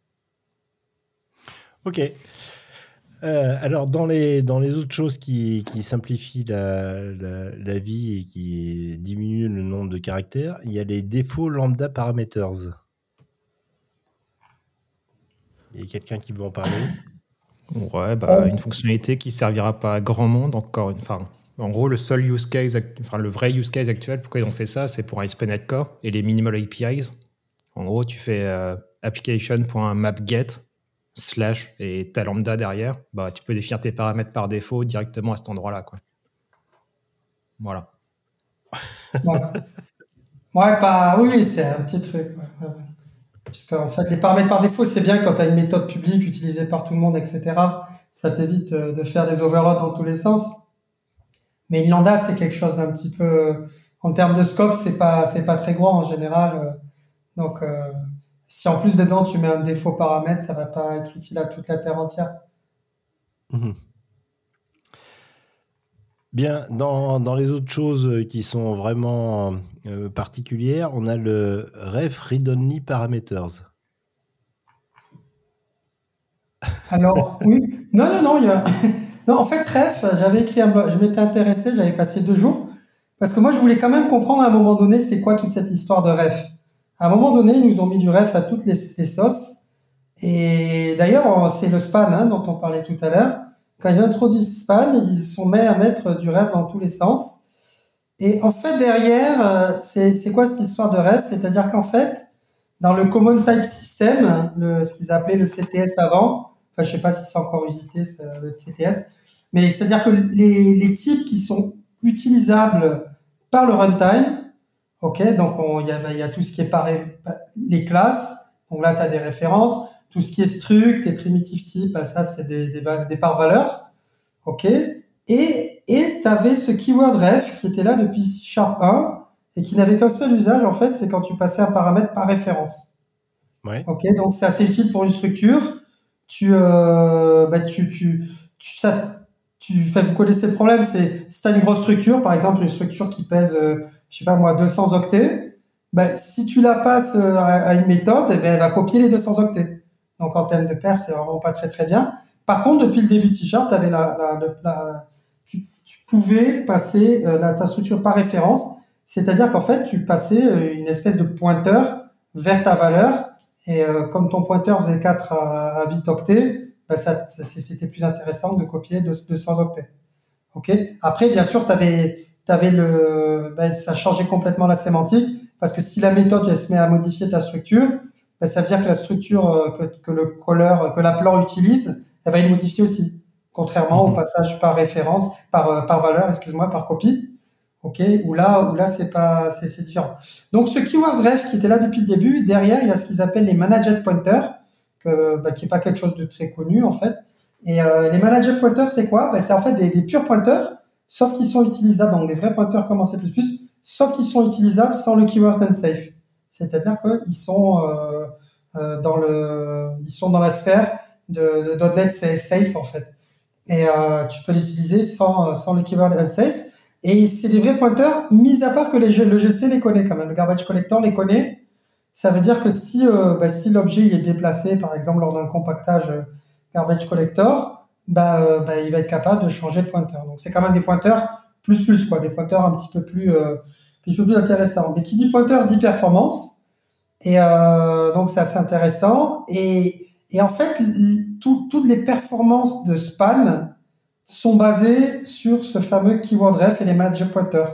Ok. Euh, alors, dans les, dans les autres choses qui, qui simplifient la, la, la vie et qui diminuent le nombre de caractères, il y a les défauts lambda parameters. Il y a quelqu'un qui veut en parler? Ouais, bah, Oh, une fonctionnalité qui servira pas à grand monde, encore une enfin, en gros, le seul use case, act- enfin, le vrai use case actuel, pourquoi ils ont fait ça, c'est pour A S P point net Core et les minimal A P Is. En gros, tu fais euh, application.mapget slash et ta lambda derrière, bah, tu peux définir tes paramètres par défaut directement à cet endroit-là, quoi. Voilà. ouais. Ouais, pas, oui, oui, c'est un petit truc. Ouais, ouais, ouais. Puisque, en fait, les paramètres par défaut, c'est bien quand tu as une méthode publique utilisée par tout le monde, et cetera. Ça t'évite euh, de faire des overloads dans tous les sens. Mais une lambda, c'est quelque chose d'un petit peu, euh, en termes de scope, c'est pas, c'est pas très grand en général. euh, Donc, euh, si en plus dedans tu mets un défaut paramètre, ça va pas être utile à toute la terre entière. Mhm. Bien, dans, dans les autres choses qui sont vraiment euh, particulières, on a le ref read-only parameters. Alors, oui, non, non, non, il y a... non, en fait, ref, j'avais écrit un blog, je m'étais intéressé, j'avais passé deux jours, parce que moi, je voulais quand même comprendre à un moment donné, c'est quoi toute cette histoire de ref. À un moment donné, ils nous ont mis du ref à toutes les, les sauces, et d'ailleurs, c'est le span hein, dont on parlait tout à l'heure. Quand ils introduisent span, ils se sont mis à mettre du ref dans tous les sens. Et en fait, derrière, euh, c'est c'est quoi cette histoire de ref? C'est-à-dire qu'en fait, dans le Common Type System, le, ce qu'ils appelaient le C T S avant, enfin, je sais pas si c'est encore usité, ça, le C T S, mais c'est-à-dire que les, les types qui sont utilisables par le runtime, ok, donc il y a, ben, y a tout ce qui est par les classes, donc là, tu as des références, tout ce qui est struct et primitive type, ben, ça, c'est des, des, des par valeurs, ok, et et tu avais ce keyword ref qui était là depuis C Sharp un et qui n'avait qu'un seul usage, en fait, c'est quand tu passais un paramètre par référence. Ouais. Ok, donc c'est assez utile pour une structure. Tu, euh, bah, tu, tu, tu, ça, tu, enfin, vous connaissez le problème, c'est si tu as une grosse structure, par exemple une structure qui pèse, euh, je sais pas moi, deux cents octets, bah, si tu la passes euh, à, à une méthode, eh ben, elle va copier les deux cents octets. Donc en termes de perf, c'est vraiment pas très très bien. Par contre, depuis le début de C Sharp, t'avais la, la, la, la, tu, tu pouvais passer euh, la, ta structure par référence, c'est-à-dire qu'en fait, tu passais euh, une espèce de pointeur vers ta valeur et euh, comme ton pointeur faisait quatre à, à huit octets, ben ça, ça, c'était plus intéressant de copier deux cents octets. Ok. Après, bien sûr, t'avais, t'avais le, ben, ça changeait complètement la sémantique parce que si la méthode elle se met à modifier ta structure, ben, ça veut dire que la structure euh, que, que le caller, que l'appelant utilise, elle va être modifiée aussi. Contrairement au Mhm. passage par référence, par par valeur, excuse-moi, par copie. Ok, où là, où là, c'est pas, c'est, c'est différent. Donc, ce keyword ref qui était là depuis le début, derrière, il y a ce qu'ils appellent les managed pointers, que, bah, qui est pas quelque chose de très connu, en fait. Et, euh, les managed pointers, c'est quoi? Bah, c'est en fait des, des purs pointers, sauf qu'ils sont utilisables, donc des vrais pointers comme en C plus plus, sauf qu'ils sont utilisables sans le keyword unsafe. C'est-à-dire qu'ils sont, euh, euh, dans le, ils sont dans la sphère de, de .NET Safe, en fait. Et, euh, tu peux l'utiliser sans, sans le keyword unsafe. Et c'est des vrais pointeurs, mis à part que les, le G C les connaît quand même. Le garbage collector les connaît. Ça veut dire que si, euh, bah, si l'objet il est déplacé, par exemple lors d'un compactage euh, garbage collector, bah, euh, bah, il va être capable de changer le pointeur. Donc c'est quand même des pointeurs plus plus quoi, des pointeurs un petit peu plus, euh, un petit peu plus intéressants. Mais qui dit pointeur dit performance. Et euh, donc c'est assez intéressant. Et, et en fait, tout, toutes les performances de span sont basées sur ce fameux keyword ref et les managed pointers.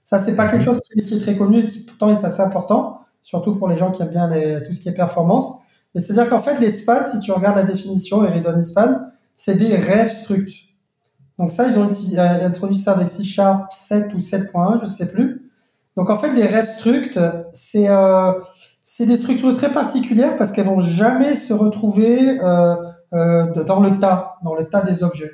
Ça, c'est pas Mhm. quelque chose qui, qui est très connu et qui pourtant est assez important, surtout pour les gens qui aiment bien les, tout ce qui est performance. Mais c'est-à-dire qu'en fait, les spans, si tu regardes la définition, et Read-Only Span, c'est des ref structs. Donc ça, ils ont uti- euh, introduit ça avec C Sharp sept ou sept point un, je sais plus. Donc en fait, les ref structs, c'est euh, c'est des structures très particulières parce qu'elles vont jamais se retrouver euh, euh, de- dans le tas, dans le tas des objets.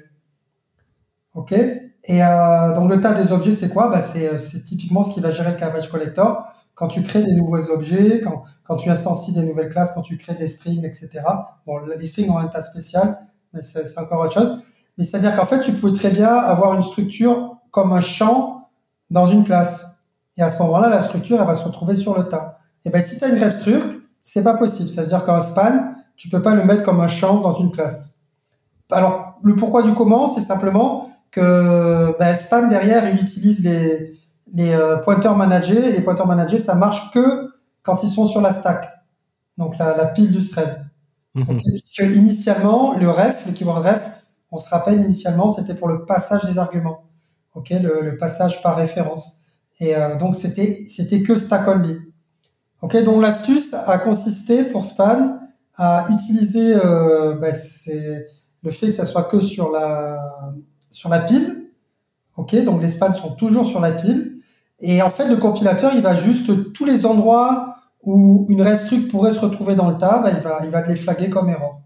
Ok. Et euh, donc le tas des objets, c'est quoi? Bah, c'est, c'est typiquement ce qui va gérer le garbage collector. Quand tu crées des nouveaux objets, quand, quand tu instancies des nouvelles classes, quand tu crées des strings, et cetera. Bon, les strings ont un tas spécial, mais c'est, c'est encore autre chose. Mais c'est-à-dire qu'en fait, tu pouvais très bien avoir une structure comme un champ dans une classe. Et à ce moment-là, la structure, elle va se retrouver sur le tas. Et ben, si tu as une ref struct, c'est pas possible. Ça veut dire qu'un span, tu peux pas le mettre comme un champ dans une classe. Alors, le pourquoi du comment, c'est simplement que ben, Span derrière, il utilise les, les euh, pointeurs managés, et les pointeurs managés, ça marche que quand ils sont sur la stack, donc la, la pile du thread. Okay. Mhm. Puisque initialement, le ref, le keyword ref, on se rappelle initialement, c'était pour le passage des arguments, ok, le, le passage par référence. Et euh, donc c'était c'était que stack only. Ok, donc l'astuce a consisté pour Span à utiliser euh, ben, c'est le fait que ça soit que sur la sur la pile. Ok, donc les spans sont toujours sur la pile. Et en fait, le compilateur, il va juste tous les endroits où une ref struct pourrait se retrouver dans le tas, ben, il va il va te les flaguer comme erreur.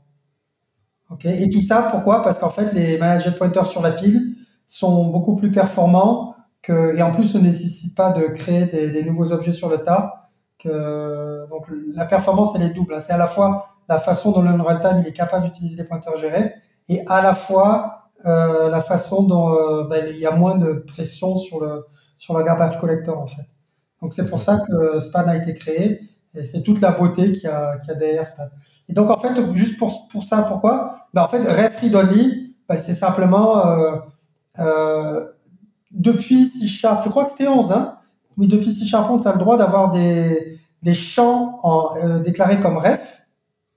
Ok, et tout ça, pourquoi? Parce qu'en fait, les managed pointers sur la pile sont beaucoup plus performants que, et en plus ne nécessitent pas de créer des, des nouveaux objets sur le tas. Que, donc la performance, elle est double. C'est à la fois la façon dont le runtime il est capable d'utiliser les pointeurs gérés, et à la fois euh, la façon dont euh, ben, il y a moins de pression sur le sur le garbage collector en fait. Donc c'est pour Mhm. ça que Span a été créé, et c'est toute la beauté qu'il y a, qu'il y a derrière Span. Et donc en fait, juste pour, pour ça, pourquoi? Ben, en fait, ref read only, ben, c'est simplement euh, euh, depuis C Sharp, je crois que c'était onze, hein, mais depuis C Sharp onze, tu as le droit d'avoir des, des champs en, euh, déclarés comme ref,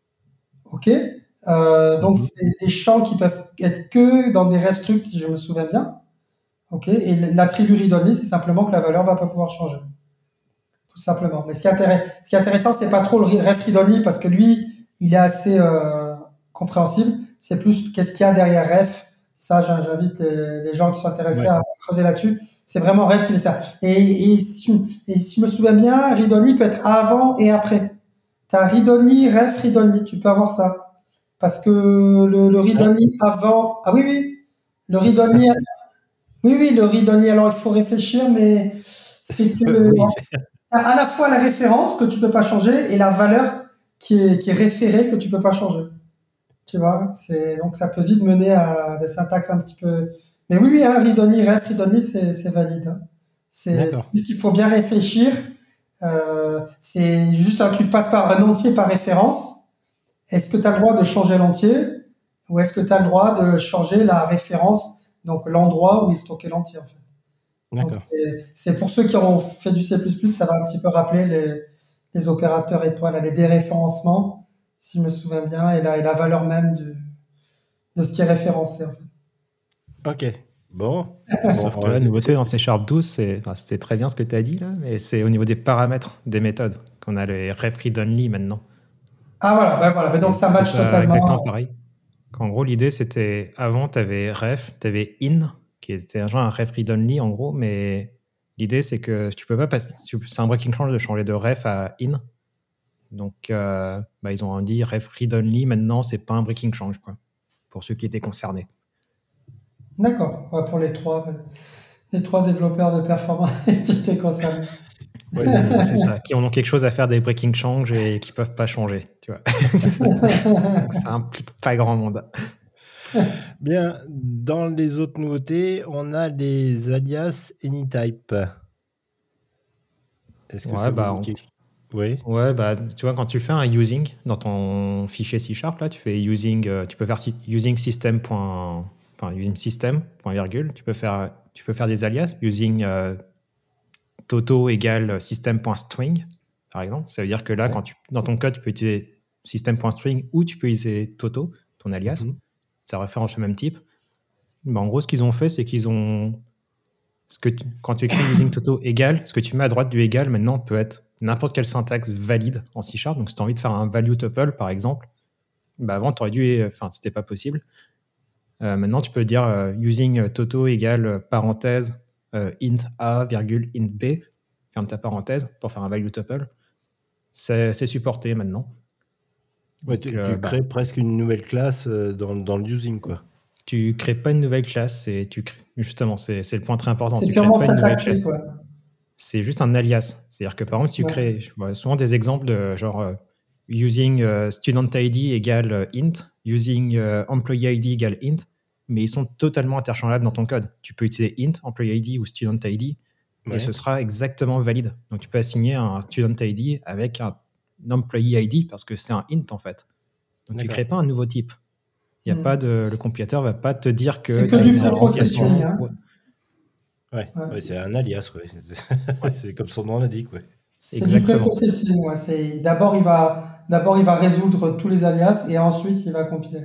ok? Euh, donc Mhm. c'est des champs qui peuvent être que dans des ref structs, si je me souviens bien, ok? Et l'attribut read only, c'est simplement que la valeur va pas pouvoir changer, tout simplement. Mais ce qui est, intéress- ce qui est intéressant, c'est pas trop le ref read only parce que lui, il est assez euh, compréhensible. C'est plus qu'est-ce qu'il y a derrière ref. Ça, j'invite les, les gens qui sont intéressés Ouais. à creuser là-dessus. C'est vraiment ref qui fait ça. Et, et, si, et si je me souviens bien, read only peut être avant et après. T'as read only, ref, read only. Tu peux avoir ça. Parce que le, le read Ah, only avant, ah oui, oui. Le read only, oui, oui, le read only. Alors, il faut réfléchir, mais c'est que, oui. à la fois la référence que tu peux pas changer et la valeur qui est, qui est référée que tu peux pas changer. Tu vois, c'est, donc ça peut vite mener à des syntaxes un petit peu. Mais oui, oui, hein, read only, ref, read only, c'est, c'est valide. Hein. C'est, c'est D'accord. juste qu'il faut bien réfléchir. Euh, c'est juste un, tu passes par un entier par référence. Est-ce que tu as le droit de changer l'entier ou est-ce que tu as le droit de changer la référence, donc l'endroit où est stocké l'entier en fait. Donc D'accord. c'est c'est pour ceux qui ont fait du C plus plus, ça va un petit peu rappeler les, les opérateurs étoiles, les déréférencements, si je me souviens bien, et la, et la valeur même du, de ce qui est référencé. En fait. Ok. Bon. Bon. Sauf que euh, la c'est- nouveauté c'est- dans C Sharp douze, c'est, enfin, c'était très bien ce que tu as dit là, mais c'est au niveau des paramètres des méthodes qu'on a les ref read only maintenant. Ah voilà, ben voilà, ben donc Et ça c'était match pas exactement totalement. pareil. En gros, l'idée c'était avant, tu avais ref, tu avais in, qui était un genre un ref read only en gros, mais l'idée c'est que tu peux pas passer. C'est un breaking change de changer de ref à in. Donc, euh, bah, ils ont dit ref read only maintenant, c'est pas un breaking change quoi, pour ceux qui étaient concernés. D'accord, ouais, pour les trois, ben, les trois développeurs de performance qui étaient concernés. Ouais, c'est Qui, bien. c'est ça, qui en ont quelque chose à faire des breaking change et qui peuvent pas changer, tu vois. Donc ça implique pas grand monde. Bien. Dans les autres nouveautés, on a les alias AnyType. Est-ce que ça Ouais, vous bah, dit on- quelque chose? Oui. ouais, bah, tu vois, quand tu fais un using dans ton fichier C Sharp, là, tu fais using, euh, tu peux faire si- using system. point- Enfin, using system, point virgule, tu peux faire, tu peux faire des alias, using euh, toto égale system.string, par exemple. Ça veut dire que là, Ouais. quand tu, dans ton code, tu peux utiliser system.string ou tu peux utiliser toto, ton alias. Mhm. Ça référence le même type. Bah, en gros, ce qu'ils ont fait, c'est qu'ils ont Ce que tu- quand tu écris using Toto égal, ce que tu mets à droite du égal maintenant peut être n'importe quelle syntaxe valide en C Sharp. Donc si tu as envie de faire un value tuple par exemple, bah avant tu aurais dû, enfin c'était pas possible. Euh, maintenant tu peux dire euh, using Toto égale euh, parenthèse euh, int a virgule int b, ferme ta parenthèse pour faire un value tuple. C'est, c'est supporté maintenant. Ouais, Donc, tu, euh, tu bah, crées presque une nouvelle classe euh, dans, dans le using, quoi. tu crées pas une nouvelle classe, c'est, tu crées, justement, c'est, c'est le point très important. C'est Tu crées purement pas une nouvelle syntaxique, classe. ouais. C'est juste un alias. C'est-à-dire que par exemple, tu Ouais. crées, je vois souvent des exemples de genre euh, using euh, student I D égale euh, int, using euh, employee I D égale int, mais ils sont totalement interchangeables dans ton code. Tu peux utiliser int, employee I D ou student I D et Ouais. ce sera exactement valide. Donc tu peux assigner un student I D avec un employee I D parce que c'est un int en fait. Donc tu D'accord. crées pas un nouveau type. Il y a Hmm. pas de, le compilateur va pas te dire que C'est que tu as du une pré-processing, remplacement. hein. Ouais. Ouais, Ouais, ouais, c'est- c'est un alias, quoi. C'est comme son nom l'indique, ouais. C'est du Exactement. pré-processing, ouais. C'est d'abord il va d'abord il va résoudre tous les alias et ensuite il va compiler.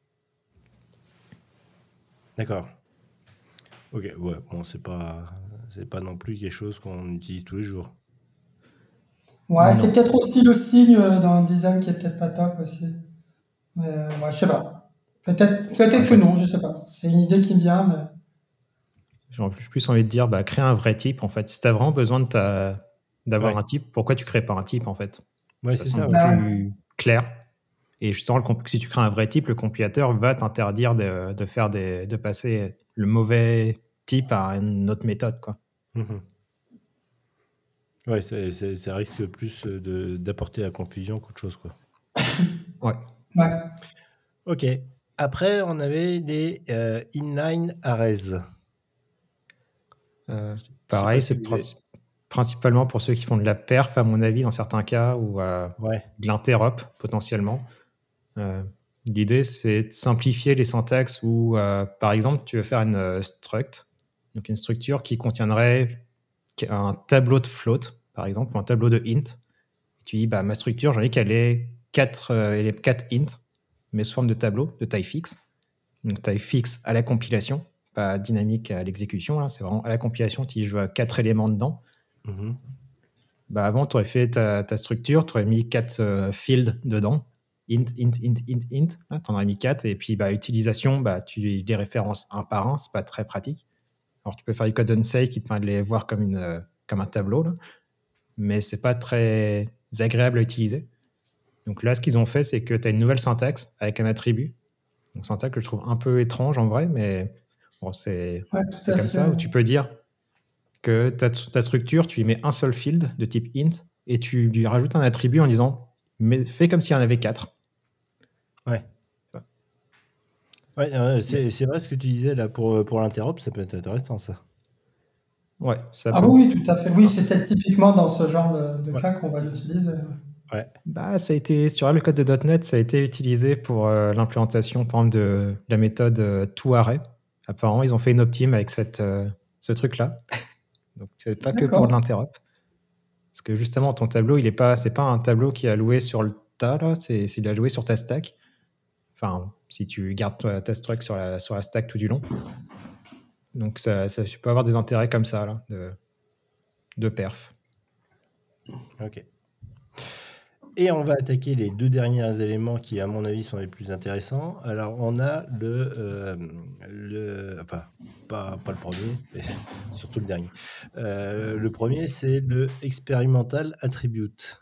D'accord. Ok, ouais, bon, c'est pas, c'est pas non plus quelque chose qu'on utilise tous les jours. Ouais, Non. c'est peut-être aussi le signe euh, d'un design qui est peut-être pas top aussi. Mais euh, ouais, je sais pas. Peut-être peut-être Ouais, que j'ai- non, je sais pas. C'est une idée qui me vient, mais J'ai en plus plus envie de dire, bah, crée un vrai type en fait. Si tu as vraiment besoin de ta... d'avoir Ouais. un type, pourquoi tu crées pas un type en fait? Ouais, Ça c'est semble ça, ouais. plus clair. Et justement, le comp- si tu crées un vrai type, le compilateur va t'interdire de, de faire des, de passer le mauvais type à une autre méthode, quoi. Mhm. Ouais, c'est- c'est- ça risque plus de, d'apporter la confusion qu'autre chose, quoi. Ouais. Ouais. Ok. Après, on avait les euh, inline arrays. Euh, Je sais pareil, pas si c'est vous avez- princi- principalement pour ceux qui font de la perf, à mon avis, dans certains cas, ou euh, Ouais. de l'interop potentiellement. Euh, L'idée, c'est de simplifier les syntaxes où, euh, par exemple, tu veux faire une euh, struct, donc une structure qui contiendrait un tableau de float, par exemple, ou un tableau de int. Et tu dis, bah, ma structure, j'ai envie qu'elle ait quatre, euh, quatre int, mais sous forme de tableau, de taille fixe. Donc taille fixe à la compilation, pas dynamique à l'exécution, hein, c'est vraiment à la compilation, tu joues à quatre éléments dedans. Mhm. Bah, avant, tu aurais fait ta, ta structure, tu aurais mis quatre euh, fields dedans. Int, int, int, int, int. Hein, tu en aurais mis quatre. Et puis, bah, utilisation, bah, tu les références un par un. C'est pas très pratique. Alors, tu peux faire du code unsay qui te permet de les voir comme, une, euh, comme un tableau. Là. Mais c'est pas très agréable à utiliser. Donc là, ce qu'ils ont fait, c'est que tu as une nouvelle syntaxe avec un attribut. Donc, syntaxe que je trouve un peu étrange en vrai, mais bon, c'est, Ouais, tout c'est à comme fait. ça où tu peux dire que ta, ta structure, tu y mets un seul field de type int et tu lui rajoutes un attribut en disant mais fais comme s'il y en avait quatre. Ouais. Ouais, euh, c'est, c'est vrai ce que tu disais là pour, pour l'interop, ça peut être intéressant, ça. Ouais, ça Ah peut. oui, oui, tout à fait. Oui, c'était typiquement dans ce genre de, de Ouais. cas qu'on va l'utiliser. Ouais. Bah, ça a été, sur le code de .NET, ça a été utilisé pour euh, l'implémentation, par exemple, de, de la méthode euh, toArray. Apparemment, ils ont fait une optime avec cette, euh, ce truc-là. Donc, c'est pas que pour de D'accord. l'interop. Parce que justement, ton tableau, il est pas, c'est pas un tableau qui est alloué sur le tas, là, c'est, c'est alloué sur ta stack. Enfin, si tu gardes ta, ta struct sur la, sur la stack tout du long. Donc, ça, ça peut avoir des intérêts comme ça, là, de, de perf. Ok. Et on va attaquer les deux derniers éléments qui, à mon avis, sont les plus intéressants. Alors, on a le... euh, le enfin, pas, pas le premier, mais surtout le dernier. Euh, le premier, c'est le experimental attribute.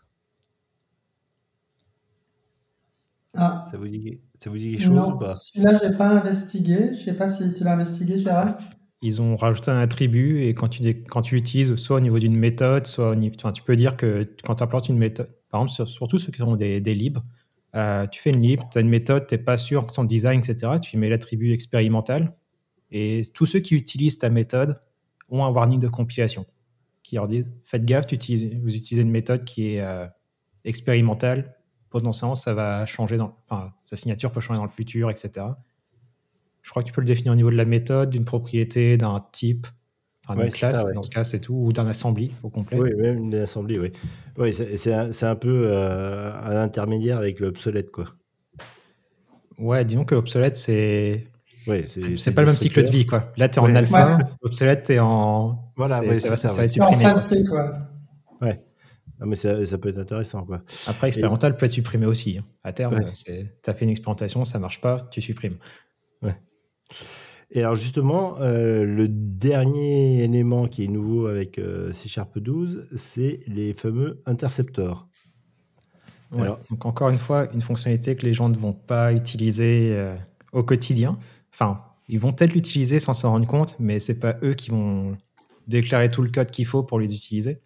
Ah, Ça vous dit, ça vous dit quelque chose ou non, pas? celui-là, j'ai pas investigué. Je sais pas si tu l'as investigué, Gérald. Ils ont rajouté un attribut et quand tu, dé- quand tu l'utilises, soit au niveau d'une méthode, soit au niveau. Enfin, tu peux dire que quand tu implantes une méthode, par exemple, sur- surtout ceux qui ont des, des libres, euh, tu fais une libre, tu as une méthode, tu n'es pas sûr que son design, et cetera. Tu y mets l'attribut expérimental et tous ceux qui utilisent ta méthode ont un warning de compilation qui leur dit faites gaffe, tu utilises, vous utilisez une méthode qui est euh, expérimentale, potentiellement ça va changer, dans, enfin, sa signature peut changer dans le futur, et cetera. Je crois que tu peux le définir au niveau de la méthode, d'une propriété, d'un type, enfin d'une Ouais, c'est classe, ça, ouais. dans ce cas c'est tout, ou d'un assembly au complet. Oui, même une assemblée, oui. Oui, c'est, c'est un, c'est un peu euh, un intermédiaire avec le obsolète, quoi. Ouais, disons que obsolète, c'est Ouais, C'est c'est, c'est c'est pas le même cycle de destructeur. vie, quoi. Là, t'es en Ouais. alpha, Ouais. obsolète, t'es en. Voilà, c'est- ouais, ça, va, c'est ça, ça, ça va ouais. être C'est en supprimé, fin de quoi. cycle, ouais. Ouais. Non, mais ça, ça peut être intéressant, quoi. Après, Et, expérimental peut être supprimé aussi, hein. À terme, ouais, c'est, t'as fait une expérimentation, ça marche pas, tu supprimes. ouais. Et alors justement, euh, le dernier élément qui est nouveau avec euh, C Sharp douze, c'est les fameux interceptors. Ouais. Alors, Donc encore une fois, une fonctionnalité que les gens ne vont pas utiliser euh, au quotidien. Enfin, ils vont peut-être l'utiliser sans s'en rendre compte, mais c'est pas eux qui vont déclarer tout le code qu'il faut pour les utiliser.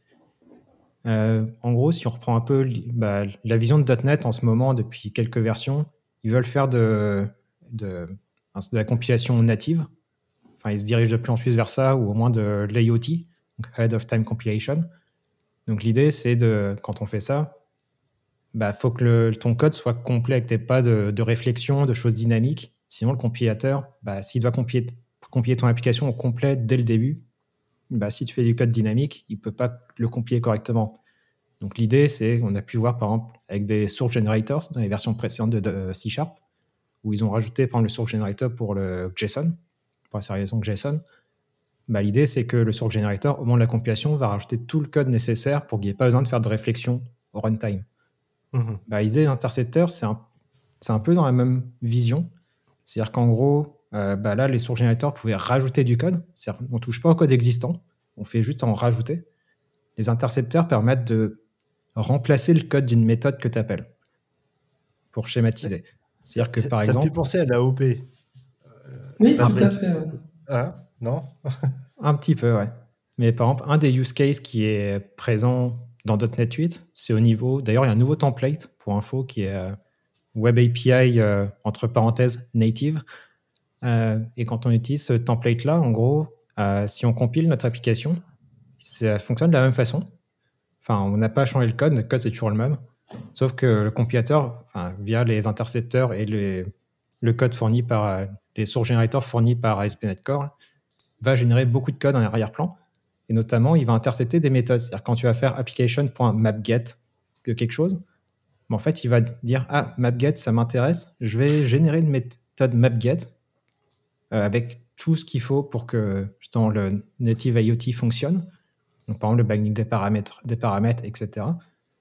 Euh, en gros, si on reprend un peu li- bah, la vision de .NET en ce moment, depuis quelques versions, ils veulent faire de, de, de la compilation native. Enfin, ils se dirigent de plus en plus vers ça, ou au moins de l'A O T, donc Ahead of Time Compilation. Donc l'idée, c'est de, quand on fait ça, bah, faut que le, ton code soit complet, que tu n'aies pas de, de réflexion, de choses dynamiques. Sinon, le compilateur, bah, s'il doit compiler, compiler ton application au complet dès le début, bah, si tu fais du code dynamique, il ne peut pas le compiler correctement. Donc l'idée, c'est, on a pu voir par exemple avec des source generators dans les versions précédentes de, de C Sharp, où ils ont rajouté par exemple, le source generator pour le JSON, pour la sérialisation JSON. Bah, l'idée, c'est que le source generator, au moment de la compilation, va rajouter tout le code nécessaire pour qu'il n'y ait pas besoin de faire de réflexion au runtime. mm-hmm. Bah, l'idée d'intercepteur, c'est un, c'est un peu dans la même vision. C'est-à-dire qu'en gros, euh, bah là, les source generators pouvaient rajouter du code. C'est-à-dire qu'on ne touche pas au code existant, on fait juste en rajouter. Les intercepteurs permettent de remplacer le code d'une méthode que tu appelles, pour schématiser. C'est-à-dire que, ça, par ça me fait exemple, penser à l'A O P. Oui, tout Patrick. à fait. Ouais. Hein? Non? un petit peu, ouais. Mais par exemple, un des use cases qui est présent dans .NET huit, c'est au niveau... D'ailleurs, il y a un nouveau template, pour info, qui est euh, Web A P I, euh, entre parenthèses, native. Euh, et quand on utilise ce template-là, en gros, euh, si on compile notre application, ça fonctionne de la même façon. Enfin, on n'a pas changé le code, le code c'est toujours le même. Sauf que le compilateur, enfin, via les intercepteurs et les, le code fourni par euh, les source generators fournis par A S P point NET Core, va générer beaucoup de code en arrière-plan. Et notamment, il va intercepter des méthodes. C'est-à-dire quand tu vas faire application.mapget de quelque chose, mais en fait, il va dire ah, mapget, ça m'intéresse, je vais générer une méthode mapget euh, avec tout ce qu'il faut pour que justement le native I O T fonctionne. Donc, par exemple, le binding des paramètres, des paramètres, et cetera.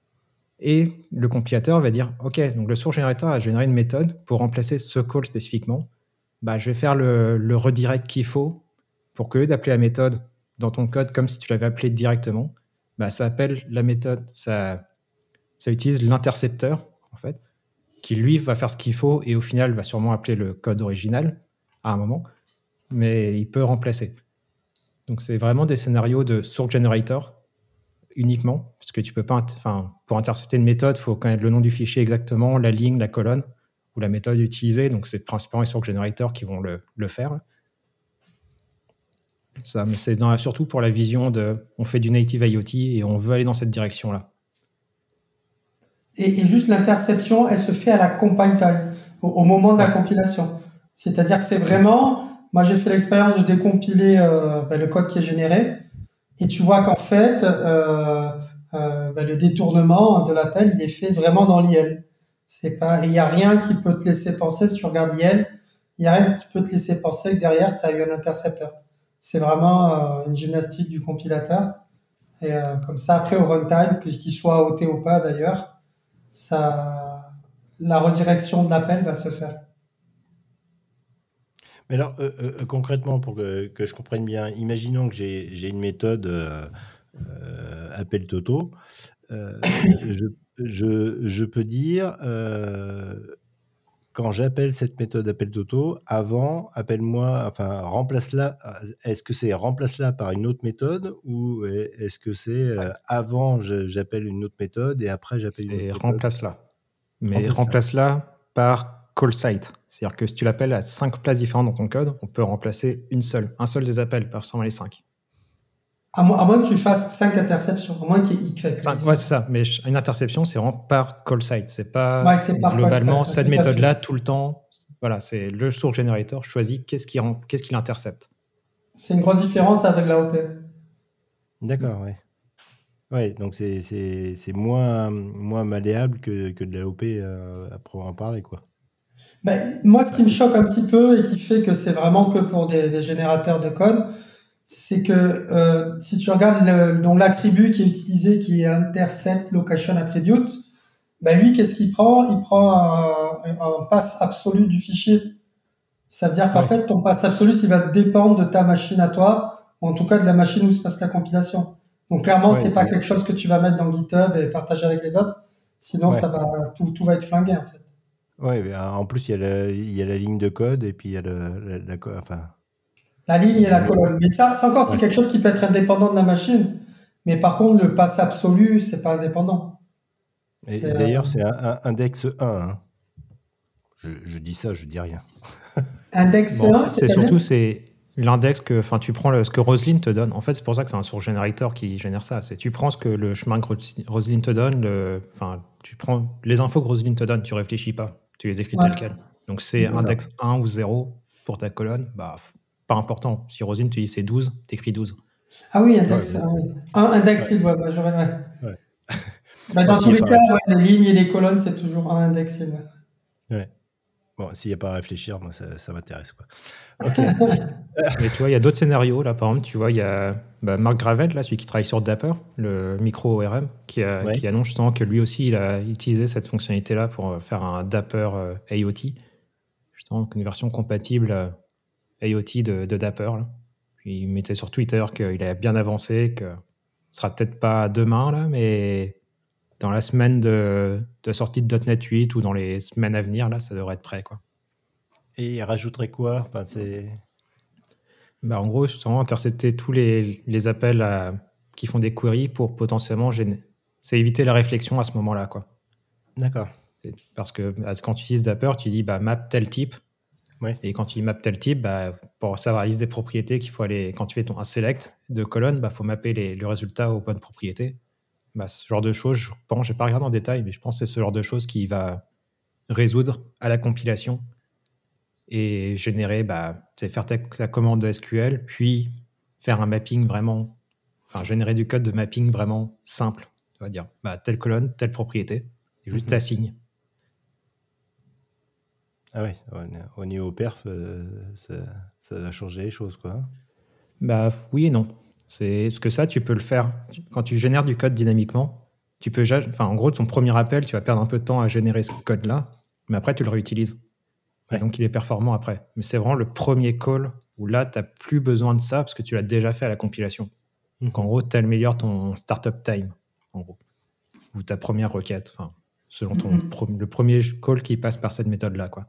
Et le compilateur va dire ok, donc le source generator a généré une méthode pour remplacer ce call spécifiquement. Bah, je vais faire le, le redirect qu'il faut pour que, d'appeler la méthode dans ton code comme si tu l'avais appelé directement, bah, ça appelle la méthode, ça, ça utilise l'intercepteur, en fait, qui lui va faire ce qu'il faut et au final va sûrement appeler le code original à un moment, mais il peut remplacer. Donc c'est vraiment des scénarios de source generator uniquement, parce que tu peux pas, enfin, pour intercepter une méthode, il faut connaître le nom du fichier exactement, la ligne, la colonne, ou la méthode utilisée, donc c'est principalement les source generators qui vont le, le faire. Ça, mais c'est dans, surtout pour la vision de on fait du native I O T et on veut aller dans cette direction-là. Et, et juste l'interception, elle se fait à la compile time, au, au moment de la Ouais. compilation. C'est-à-dire que c'est vraiment, moi j'ai fait l'expérience de décompiler euh, ben, le code qui est généré, et tu vois qu'en fait, euh, euh, ben, le détournement de l'appel, il est fait vraiment dans l'I L. C'est pas, et il y a rien qui peut te laisser penser, si tu regardes l'I L, il y a rien qui peut te laisser penser que derrière, tu as eu un intercepteur. C'est vraiment euh, une gymnastique du compilateur. Et euh, comme ça, après au runtime, que- qu'il soit A O T ou pas d'ailleurs, ça, la redirection de l'appel va se faire. Mais alors, euh, euh, concrètement, pour que, que je comprenne bien, imaginons que j'ai, j'ai une méthode euh, euh, appel Toto. Euh, je, je, je peux dire, euh, quand j'appelle cette méthode appel Toto, avant, appelle-moi, enfin, remplace-la. Est-ce que c'est remplace-la par une autre méthode ou est-ce que c'est euh, avant, je- j'appelle une autre méthode et après, j'appelle une autre C'est méthode? remplace-la. Mais Remplace-la. remplace-la par call site. C'est-à-dire que si tu l'appelles à cinq places différentes dans ton code, on peut remplacer une seule, un seul des appels, pas forcément les cinq. À moins, à moins que tu fasses cinq interceptions, à moins qu'il y ait que- que- Cinq, ouais, c'est ça. Mais une interception, c'est vraiment par call site. C'est pas Ouais, c'est par call globalement site, cette tout à fait. méthode-là tout le temps. Voilà, c'est le source generator choisit qu'est-ce qu'il rem- qu'est-ce qu'il intercepte. C'est une grosse différence avec l'A O P. D'accord, ouais. Ouais, donc c'est, c'est, c'est moins, moins malléable que, que de l'A O P euh, à proprement parler, quoi. Ben, moi, ce Bah, qui me c'est... choque un petit peu et qui fait que c'est vraiment que pour des, des générateurs de code, c'est que euh, si tu regardes le, donc l'attribut qui est utilisé, qui est intercept location attribute, ben lui, qu'est-ce qu'il prend? Il prend un, un pass absolu du fichier. Ça veut dire qu'en Oui, fait, ton pass absolu, il va dépendre de ta machine à toi, ou en tout cas de la machine où se passe la compilation. Donc clairement, ouais, c'est pas et- quelque chose que tu vas mettre dans GitHub et partager avec les autres. Sinon, ça ouais. va, tout, tout va être flingué, en fait. Ouais, mais, euh, en plus, il y a la, il y a la ligne de code et puis il y a le, la, la co- enfin, La ligne et la le, colonne. Mais ça, c'est encore, c'est ouais. quelque chose qui peut être indépendant de la machine. Mais par contre, le pass absolu, c'est pas indépendant. Et, C'est, et euh, d'ailleurs, c'est un, un index un, hein. Je, je dis ça, je dis rien. index Bon, en un, fait, c'est c'est-à-dire? surtout c'est l'index que, enfin, tu prends le, ce que Roslyn te donne. En fait, c'est pour ça que c'est un source générateur qui génère ça. C'est tu prends ce que le chemin que Ros- Roslyn te donne, le, enfin, tu prends les infos que Roslyn te donne, tu réfléchis pas, tu les écris tel Ouais. quel. Donc c'est D'accord. index un ou zéro pour ta colonne, bah, f- pas important. Si Roslyn te dit c'est douze, t'écris douze. Ah oui, Ouais, index bon, un, oui. Un index, ouais, il doit, bah, j'aurais, ouais. ouais. Bah, Bon, dans s'il tous n'y a les pas à cas, réfléchir. ouais, les lignes et les colonnes, c'est toujours un indexé. Ouais. Ouais. Bon, s'il n'y a pas à réfléchir, moi, ça, ça m'intéresse, quoi. Ok. Mais tu vois, il y a d'autres scénarios. Là, par exemple, tu vois, il y a bah, Marc Gravel, là, celui qui travaille sur Dapper, le micro O R M, qui, a- Ouais. qui annonce justement que lui aussi, il a utilisé cette fonctionnalité-là pour euh, faire un Dapper euh, I O T, justement, une version compatible euh, I O T de, de Dapper. Là. Puis il mettait sur Twitter qu'il avait bien avancé, que ce sera peut-être pas demain, là, mais dans la semaine de, de sortie de .NET huit ou dans les semaines à venir, là, ça devrait être prêt, quoi. Et il rajouterait quoi? Enfin, c'est... Bah, en gros, c'est vraiment intercepter tous les, les appels à- qui font des queries pour potentiellement gêner. C'est éviter la réflexion à ce moment-là, quoi. D'accord. C'est- Parce que bah, quand tu utilises Dapper, tu dis bah, map tel type. Ouais. Et quand tu dis map tel type, bah, pour savoir la liste des propriétés qu'il faut aller, quand tu fais ton un select de colonne, il bah, faut mapper les, le résultat aux bonnes propriétés. Bah, ce genre de choses, je pense, je n'ai pas regardé en détail, mais je pense que c'est ce genre de choses qui va résoudre à la compilation et générer, bah, c'est faire ta, ta commande de S Q L, puis faire un mapping vraiment, enfin générer du code de mapping vraiment simple. Tu vas dire, bah, telle colonne, telle propriété, et juste Mhm. t'assignes. Ah ouais, au au niveau perf, euh, ça, ça va changer les choses, quoi. Hein. Bah oui et non. C'est parce que ça, tu peux le faire Tu- quand tu génères du code dynamiquement. Tu peux, ja- enfin, en gros, ton premier appel, tu vas perdre un peu de temps à générer ce code-là, mais après, tu le réutilises. Et Ouais. donc, il est performant après. Mais c'est vraiment le premier call où là, tu n'as plus besoin de ça parce que tu l'as déjà fait à la compilation. Donc, en Mhm. gros, tu améliores ton startup time, en gros, ou ta première requête, enfin, selon ton Mhm. pro- le premier call qui passe par cette méthode-là, quoi.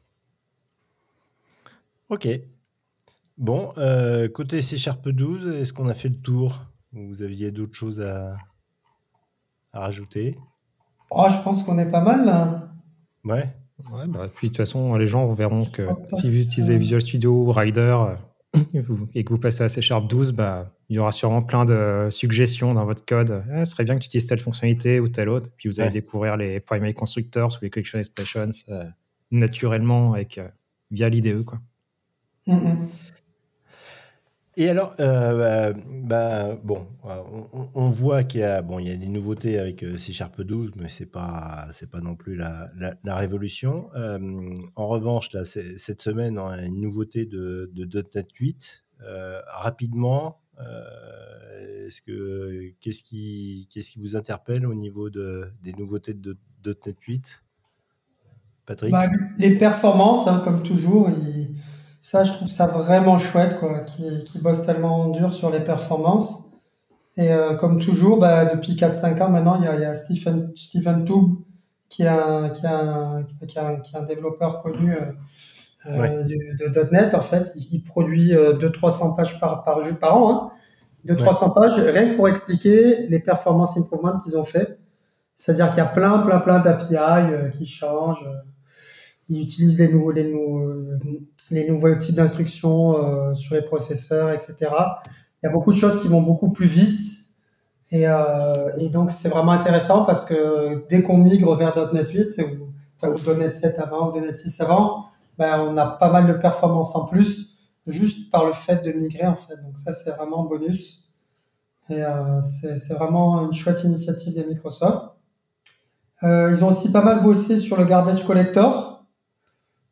Ok. Bon, euh, côté C Sharp douze, est-ce qu'on a fait le tour? Ou vous aviez d'autres choses à, à rajouter? Oh, je pense qu'on est pas mal, là. Ouais. Ouais, bah, puis de toute façon, les gens verront Je que crois pas si vous que- utilisez Visual Studio ou Rider euh, et vous- et que vous passez à C Sharp douze, bah, il y aura sûrement plein de suggestions dans votre code. Ah, ce serait bien que tu utilises telle fonctionnalité ou telle autre. Puis vous allez Ouais. découvrir les primary constructors ou les collection expressions euh, naturellement avec, euh, via l'I D E, quoi. Mhm. Et alors, euh, bah, bah, bon, euh, on, on voit qu'il y a, bon, il y a des nouveautés avec euh, C Sharp douze, mais c'est pas, c'est pas non plus la, la, la révolution. Euh, en revanche, là, c'est- cette semaine, on a une nouveauté de, de .NET huit. Euh, rapidement, euh, est-ce que, qu'est-ce qui, qu'est-ce qui vous interpelle au niveau de, des nouveautés de, de .NET huit, Bah, Patrick? les performances, hein, comme toujours, ils- ça, je trouve ça vraiment chouette, quoi, qui, qui bossent tellement dur sur les performances. Et euh, comme toujours, bah, depuis quatre cinq ans maintenant, il y a, il y a Stephen, Stephen Toub, qui est un, qui est un, qui est un, qui est un développeur connu euh, Ouais, euh, du- de .NET. En fait, il, il produit euh, deux cents trois cents pages par, par, jeu- par an, hein, deux cents trois ouais, cents pages, rien que pour expliquer les performance improvements qu'ils ont fait. C'est-à-dire qu'il y a plein, plein, plein d'A P I euh, qui changent. Ils utilisent les nouveaux, les nouveaux, les nouveaux types d'instructions euh, sur les processeurs, et cetera. Il y a beaucoup de choses qui vont beaucoup plus vite. Et, euh, et donc, c'est vraiment intéressant parce que dès qu'on migre vers .NET huit, ou, enfin, ou .NET sept avant, ou .NET six avant, ben, on a pas mal de performances en plus, juste par le fait de migrer, en fait. Donc ça, c'est vraiment un bonus. Et euh, c'est c'est vraiment une chouette initiative de Microsoft. Euh, ils ont aussi pas mal bossé sur le garbage collector.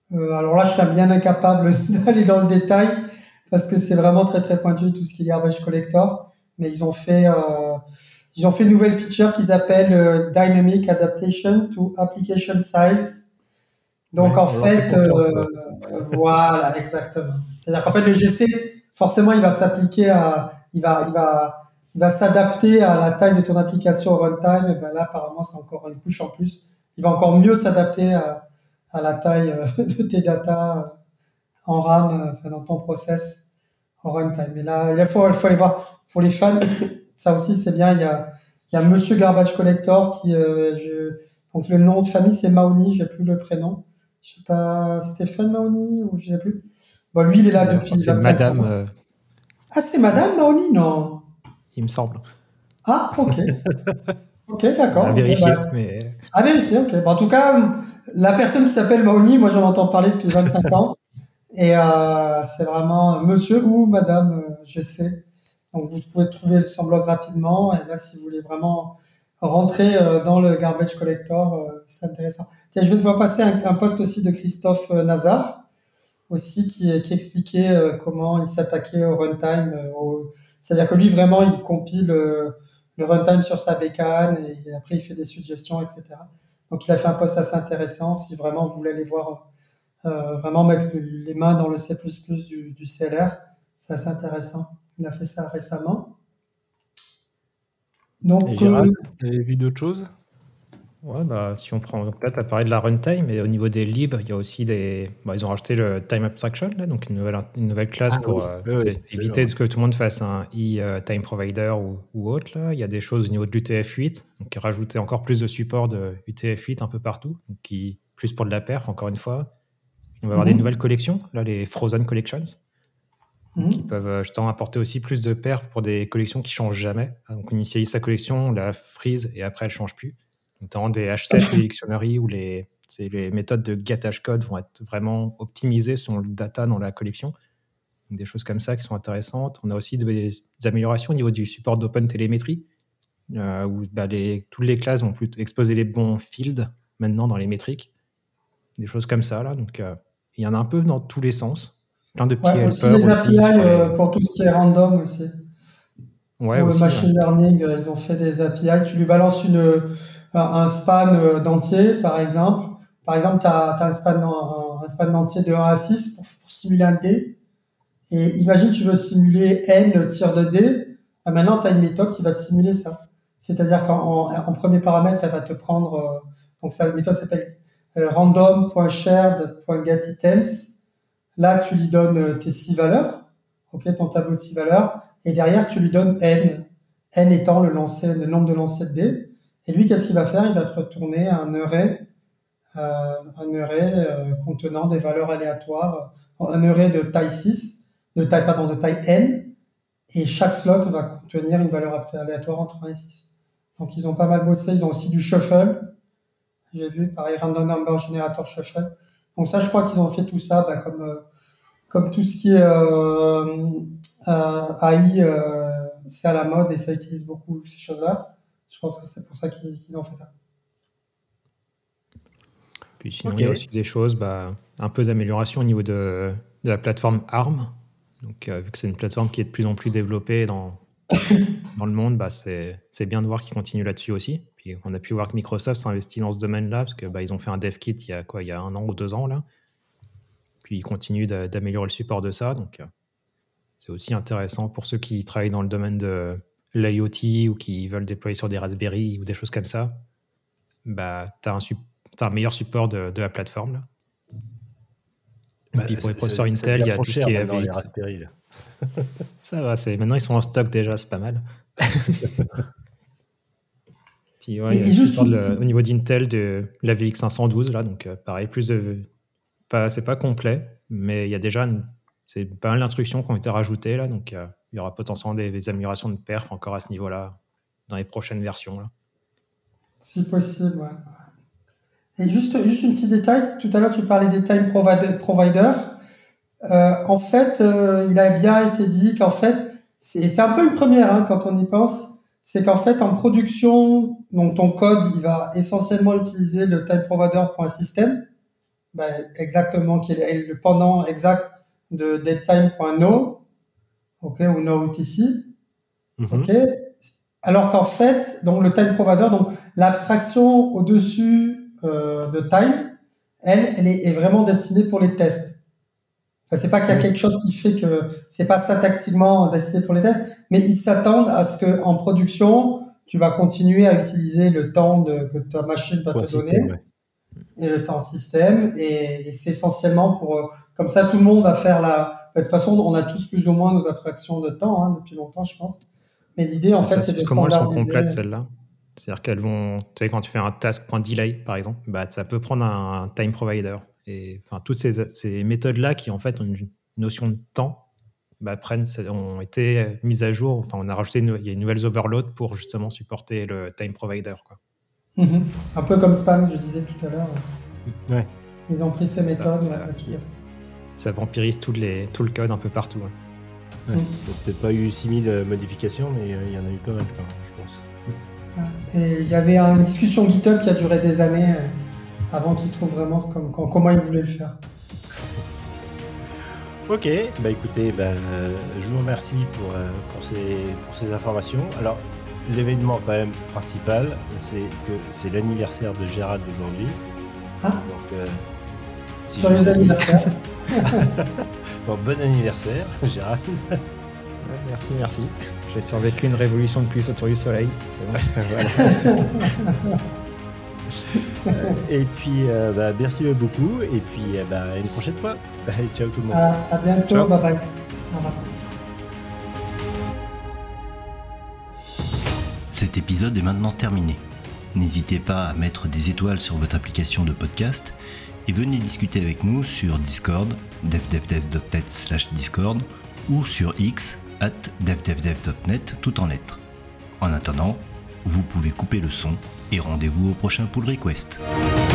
Euh, alors là, je suis bien incapable d'aller dans le détail parce que c'est vraiment très très pointu tout ce qui est garbage collector. Mais ils ont fait, euh, ils ont fait une nouvelle feature qu'ils appellent euh, Dynamic Adaptation to Application Size. Donc Ouais, en on leur fait fait, confiance, euh, quoi. voilà, exactement. C'est-à-dire qu'en fait, le G C, forcément, il va s'appliquer à, il va, il va, il va s'adapter à la taille de ton application au runtime. Et ben là, apparemment, c'est encore une couche en plus. Il va encore mieux s'adapter à, à la taille euh, de tes data euh, en RAM, euh, enfin, dans ton process en runtime. Mais là, il faut, il faut aller voir. Pour les fans, ça aussi, c'est bien. Il y a, il y a Monsieur Garbage Collector qui, euh, je, donc le nom de famille, c'est Mahoney, j'ai plus le prénom. Je sais pas, Stéphane Mahoney ou je sais plus. Bon, lui, il est là Euh, je crois depuis que c'est vingt-cinq Madame, ans. euh, Ah, c'est Madame Mahoney, non? il me semble. Ah, ok. Ok, À d'accord. Bon, vérifier, bah, mais à vérifier, ok. Bon, en tout cas, la personne qui s'appelle Mahoney, moi, j'en entends parler depuis vingt-cinq ans. Et euh, c'est vraiment monsieur ou madame, euh, je sais. Donc vous pouvez trouver son blog rapidement. Et là, si vous voulez vraiment rentrer euh, dans le garbage collector, euh, c'est intéressant. Tiens, je vais devoir passer un, un post aussi de Christophe euh, Nazar, aussi qui, qui expliquait euh, comment il s'attaquait au runtime. euh, au- C'est-à-dire que lui, vraiment, il compile euh, le runtime sur sa bécane et, après il fait des suggestions, et cetera. Donc il a fait un post assez intéressant si vraiment vous voulez aller voir euh, vraiment mettre les mains dans le C plus plus du, du C L R. C'est assez intéressant. Il a fait ça récemment. Et Donc, euh, Gérald, tu avais vu d'autres choses? ouais, bah, si on prend, donc là, tu as parlé de la runtime, et au niveau des libs, il y a aussi des. Bah, ils ont rajouté le time abstraction, là, donc une nouvelle, une nouvelle classe Ah pour oui, euh, oui, oui, c'est j'ai vu, éviter ouais. que tout le monde fasse un e-time provider ou, ou autre. Là. Il y a des choses au niveau de l'U T F huit, donc rajouter encore plus de support de U T F huit un peu partout, donc qui, plus pour de la perf, encore une fois. On va avoir des mhm, nouvelles collections, là, les Frozen Collections, donc qui mhm. peuvent euh, justement apporter aussi plus de perf pour des collections qui changent jamais. Donc on initialise sa collection, on la freeze et après elle change plus. Notamment des H sept ou des dictionaries où les, c'est les méthodes de get hashcode vont être vraiment optimisées sur le data dans la collection. Donc des choses comme ça qui sont intéressantes. On a aussi des, des améliorations au niveau du support d'open télémétrie, euh, où bah, les, toutes les classes vont plutôt exposer les bons fields maintenant dans les métriques. Des choses comme ça. Là. Donc euh, il y en a un peu dans tous les sens. Plein de petits Ouais, aussi helpers les A P I aussi sur euh, les. pour tout ce qui est random aussi. Ouais, Pour le aussi, ouais. machine learning, euh, ils ont fait des A P I. Tu lui balances une, un, un span euh, d'entier, par exemple. Par exemple, tu as, un span, un, un span d'entier de un à six pour, pour simuler un dé. Et imagine, tu veux simuler n tir de dé. Ah, maintenant, tu as une méthode qui va te simuler ça. C'est-à-dire qu'en en, en premier paramètre, elle va te prendre. Euh, donc, ça, la méthode s'appelle euh, random.shared.getItems. Là, tu lui donnes euh, tes six valeurs, ok, ton tableau de six valeurs, et derrière, tu lui donnes n, n étant le, lancer, le nombre de lancers de dés. Et lui, qu'est-ce qu'il va faire? Il va te retourner un array, euh, un array euh, contenant des valeurs aléatoires, un array de taille six, de taille, pardon, de taille n, et chaque slot va contenir une valeur aléatoire entre un et six. Donc, ils ont pas mal bossé. Ils ont aussi du shuffle. J'ai vu, pareil, random number generator shuffle. Donc ça, je crois qu'ils ont fait tout ça, bah, comme euh, comme tout ce qui est euh, euh, A I, euh, c'est à la mode et ça utilise beaucoup ces choses-là. Je pense que c'est pour ça qu'ils qu'ils ont fait ça. Puis sinon, Ok. il y a aussi des choses, bah, un peu d'amélioration au niveau de, de la plateforme ARM. Donc, euh, vu que c'est une plateforme qui est de plus en plus développée dans, dans le monde, bah, c'est c'est bien de voir qu'ils continuent là-dessus aussi. Puis on a pu voir que Microsoft s'est investi dans ce domaine-là, parce que bah, ils ont fait un dev kit il y a quoi, il y a un an ou deux ans là. Puis ils continuent d'a- d'améliorer le support de ça. Donc, euh, c'est aussi intéressant pour ceux qui travaillent dans le domaine de l'IoT ou qui veulent déployer sur des Raspberry ou des choses comme ça. Bah, tu as un, sup- t'as un meilleur support de, de la plateforme là. Et Bah, puis pour les ça, processeurs ça Intel, il devient y a trop tout ce cher qui est maintenant, les A V X. Raspberry, là. Ça va, c'est maintenant ils sont en stock déjà, c'est pas mal. Puis ouais, il y a Et, le et juste support de une le- petite, au niveau d'Intel de l'A V X cinq cent douze là, donc euh, pareil, plus de pas, c'est pas complet, mais il y a déjà une- c'est pas mal d'instructions qui ont été rajoutées là, donc euh, il y aura potentiellement des, des améliorations de perf encore à ce niveau-là dans les prochaines versions là. si possible, ouais. Et juste, juste un petit détail. Tout à l'heure, tu parlais des time provider- providers. Euh, en fait, euh, il a bien été dit qu'en fait, c'est c'est un peu une première hein, quand on y pense. C'est qu'en fait, en production, donc ton code, il va essentiellement utiliser le time provider pour un système. ben, exactement, qui est le pendant exact de datetime.no, ok, ou noUTC, Mhm. ok. Alors qu'en fait, donc le time provider, donc l'abstraction au-dessus euh, de time, elle, elle est, est vraiment destinée pour les tests. Enfin, c'est pas qu'il y a Oui. quelque chose qui fait que c'est pas syntaxiquement destiné pour les tests, mais ils s'attendent à ce que en production, tu vas continuer à utiliser le temps de, que ta machine va Pour te un système, donner ouais. et le temps système, et, et c'est essentiellement pour euh, comme ça tout le monde va faire la. De toute façon, on a tous plus ou moins nos abstractions de temps hein, depuis longtemps, je pense. Mais l'idée, en Ça fait, c'est de s'assure comment elles sont standardiser. complètes, celles-là? C'est-à-dire qu'elles vont. Tu sais, quand tu fais un task.delay, par exemple, bah, ça peut prendre un, un time provider. Et enfin, toutes ces, ces méthodes-là qui, en fait, ont une notion de temps, bah, prennent, ont été mises à jour. Enfin, on a rajouté une, il y a une nouvelle overload pour justement supporter le time provider, quoi. Mm-hmm. Un peu comme Span, je disais tout à l'heure. Ouais. Ils ont pris ces méthodes. Ça, ça, ouais, ça vampirise tout, les, tout le code un peu partout. Ouais. Ouais. Il n'y a peut-être pas eu six mille modifications, mais euh, il y en a eu pas mal, je pense. Et il y avait une discussion GitHub qui a duré des années euh, avant qu'ils trouvent vraiment ce, comme, comment ils voulaient le faire. Ok, bah écoutez, bah, euh, je vous remercie pour, euh, pour, ces, pour ces informations. Alors, l'événement quand même principal, c'est que c'est l'anniversaire de Gérald aujourd'hui. Ah. Donc, euh, si Joyeux anniversaire. Bon, bon anniversaire, Gérald. Ouais, merci, merci. J'ai survécu une révolution de plus autour du soleil, c'est bon. Voilà. Et puis, euh, bah, merci beaucoup. Et puis, euh, bah, à une prochaine fois. Allez, ciao tout le monde. À, à bientôt. Ciao. Bye bye. Au revoir. Cet épisode est maintenant terminé. N'hésitez pas à mettre des étoiles sur votre application de podcast et venez discuter avec nous sur Discord, devdevdev point net slash discord ou sur X, at devdevdev point net tout en lettres. En attendant, vous pouvez couper le son et rendez-vous au prochain pull request.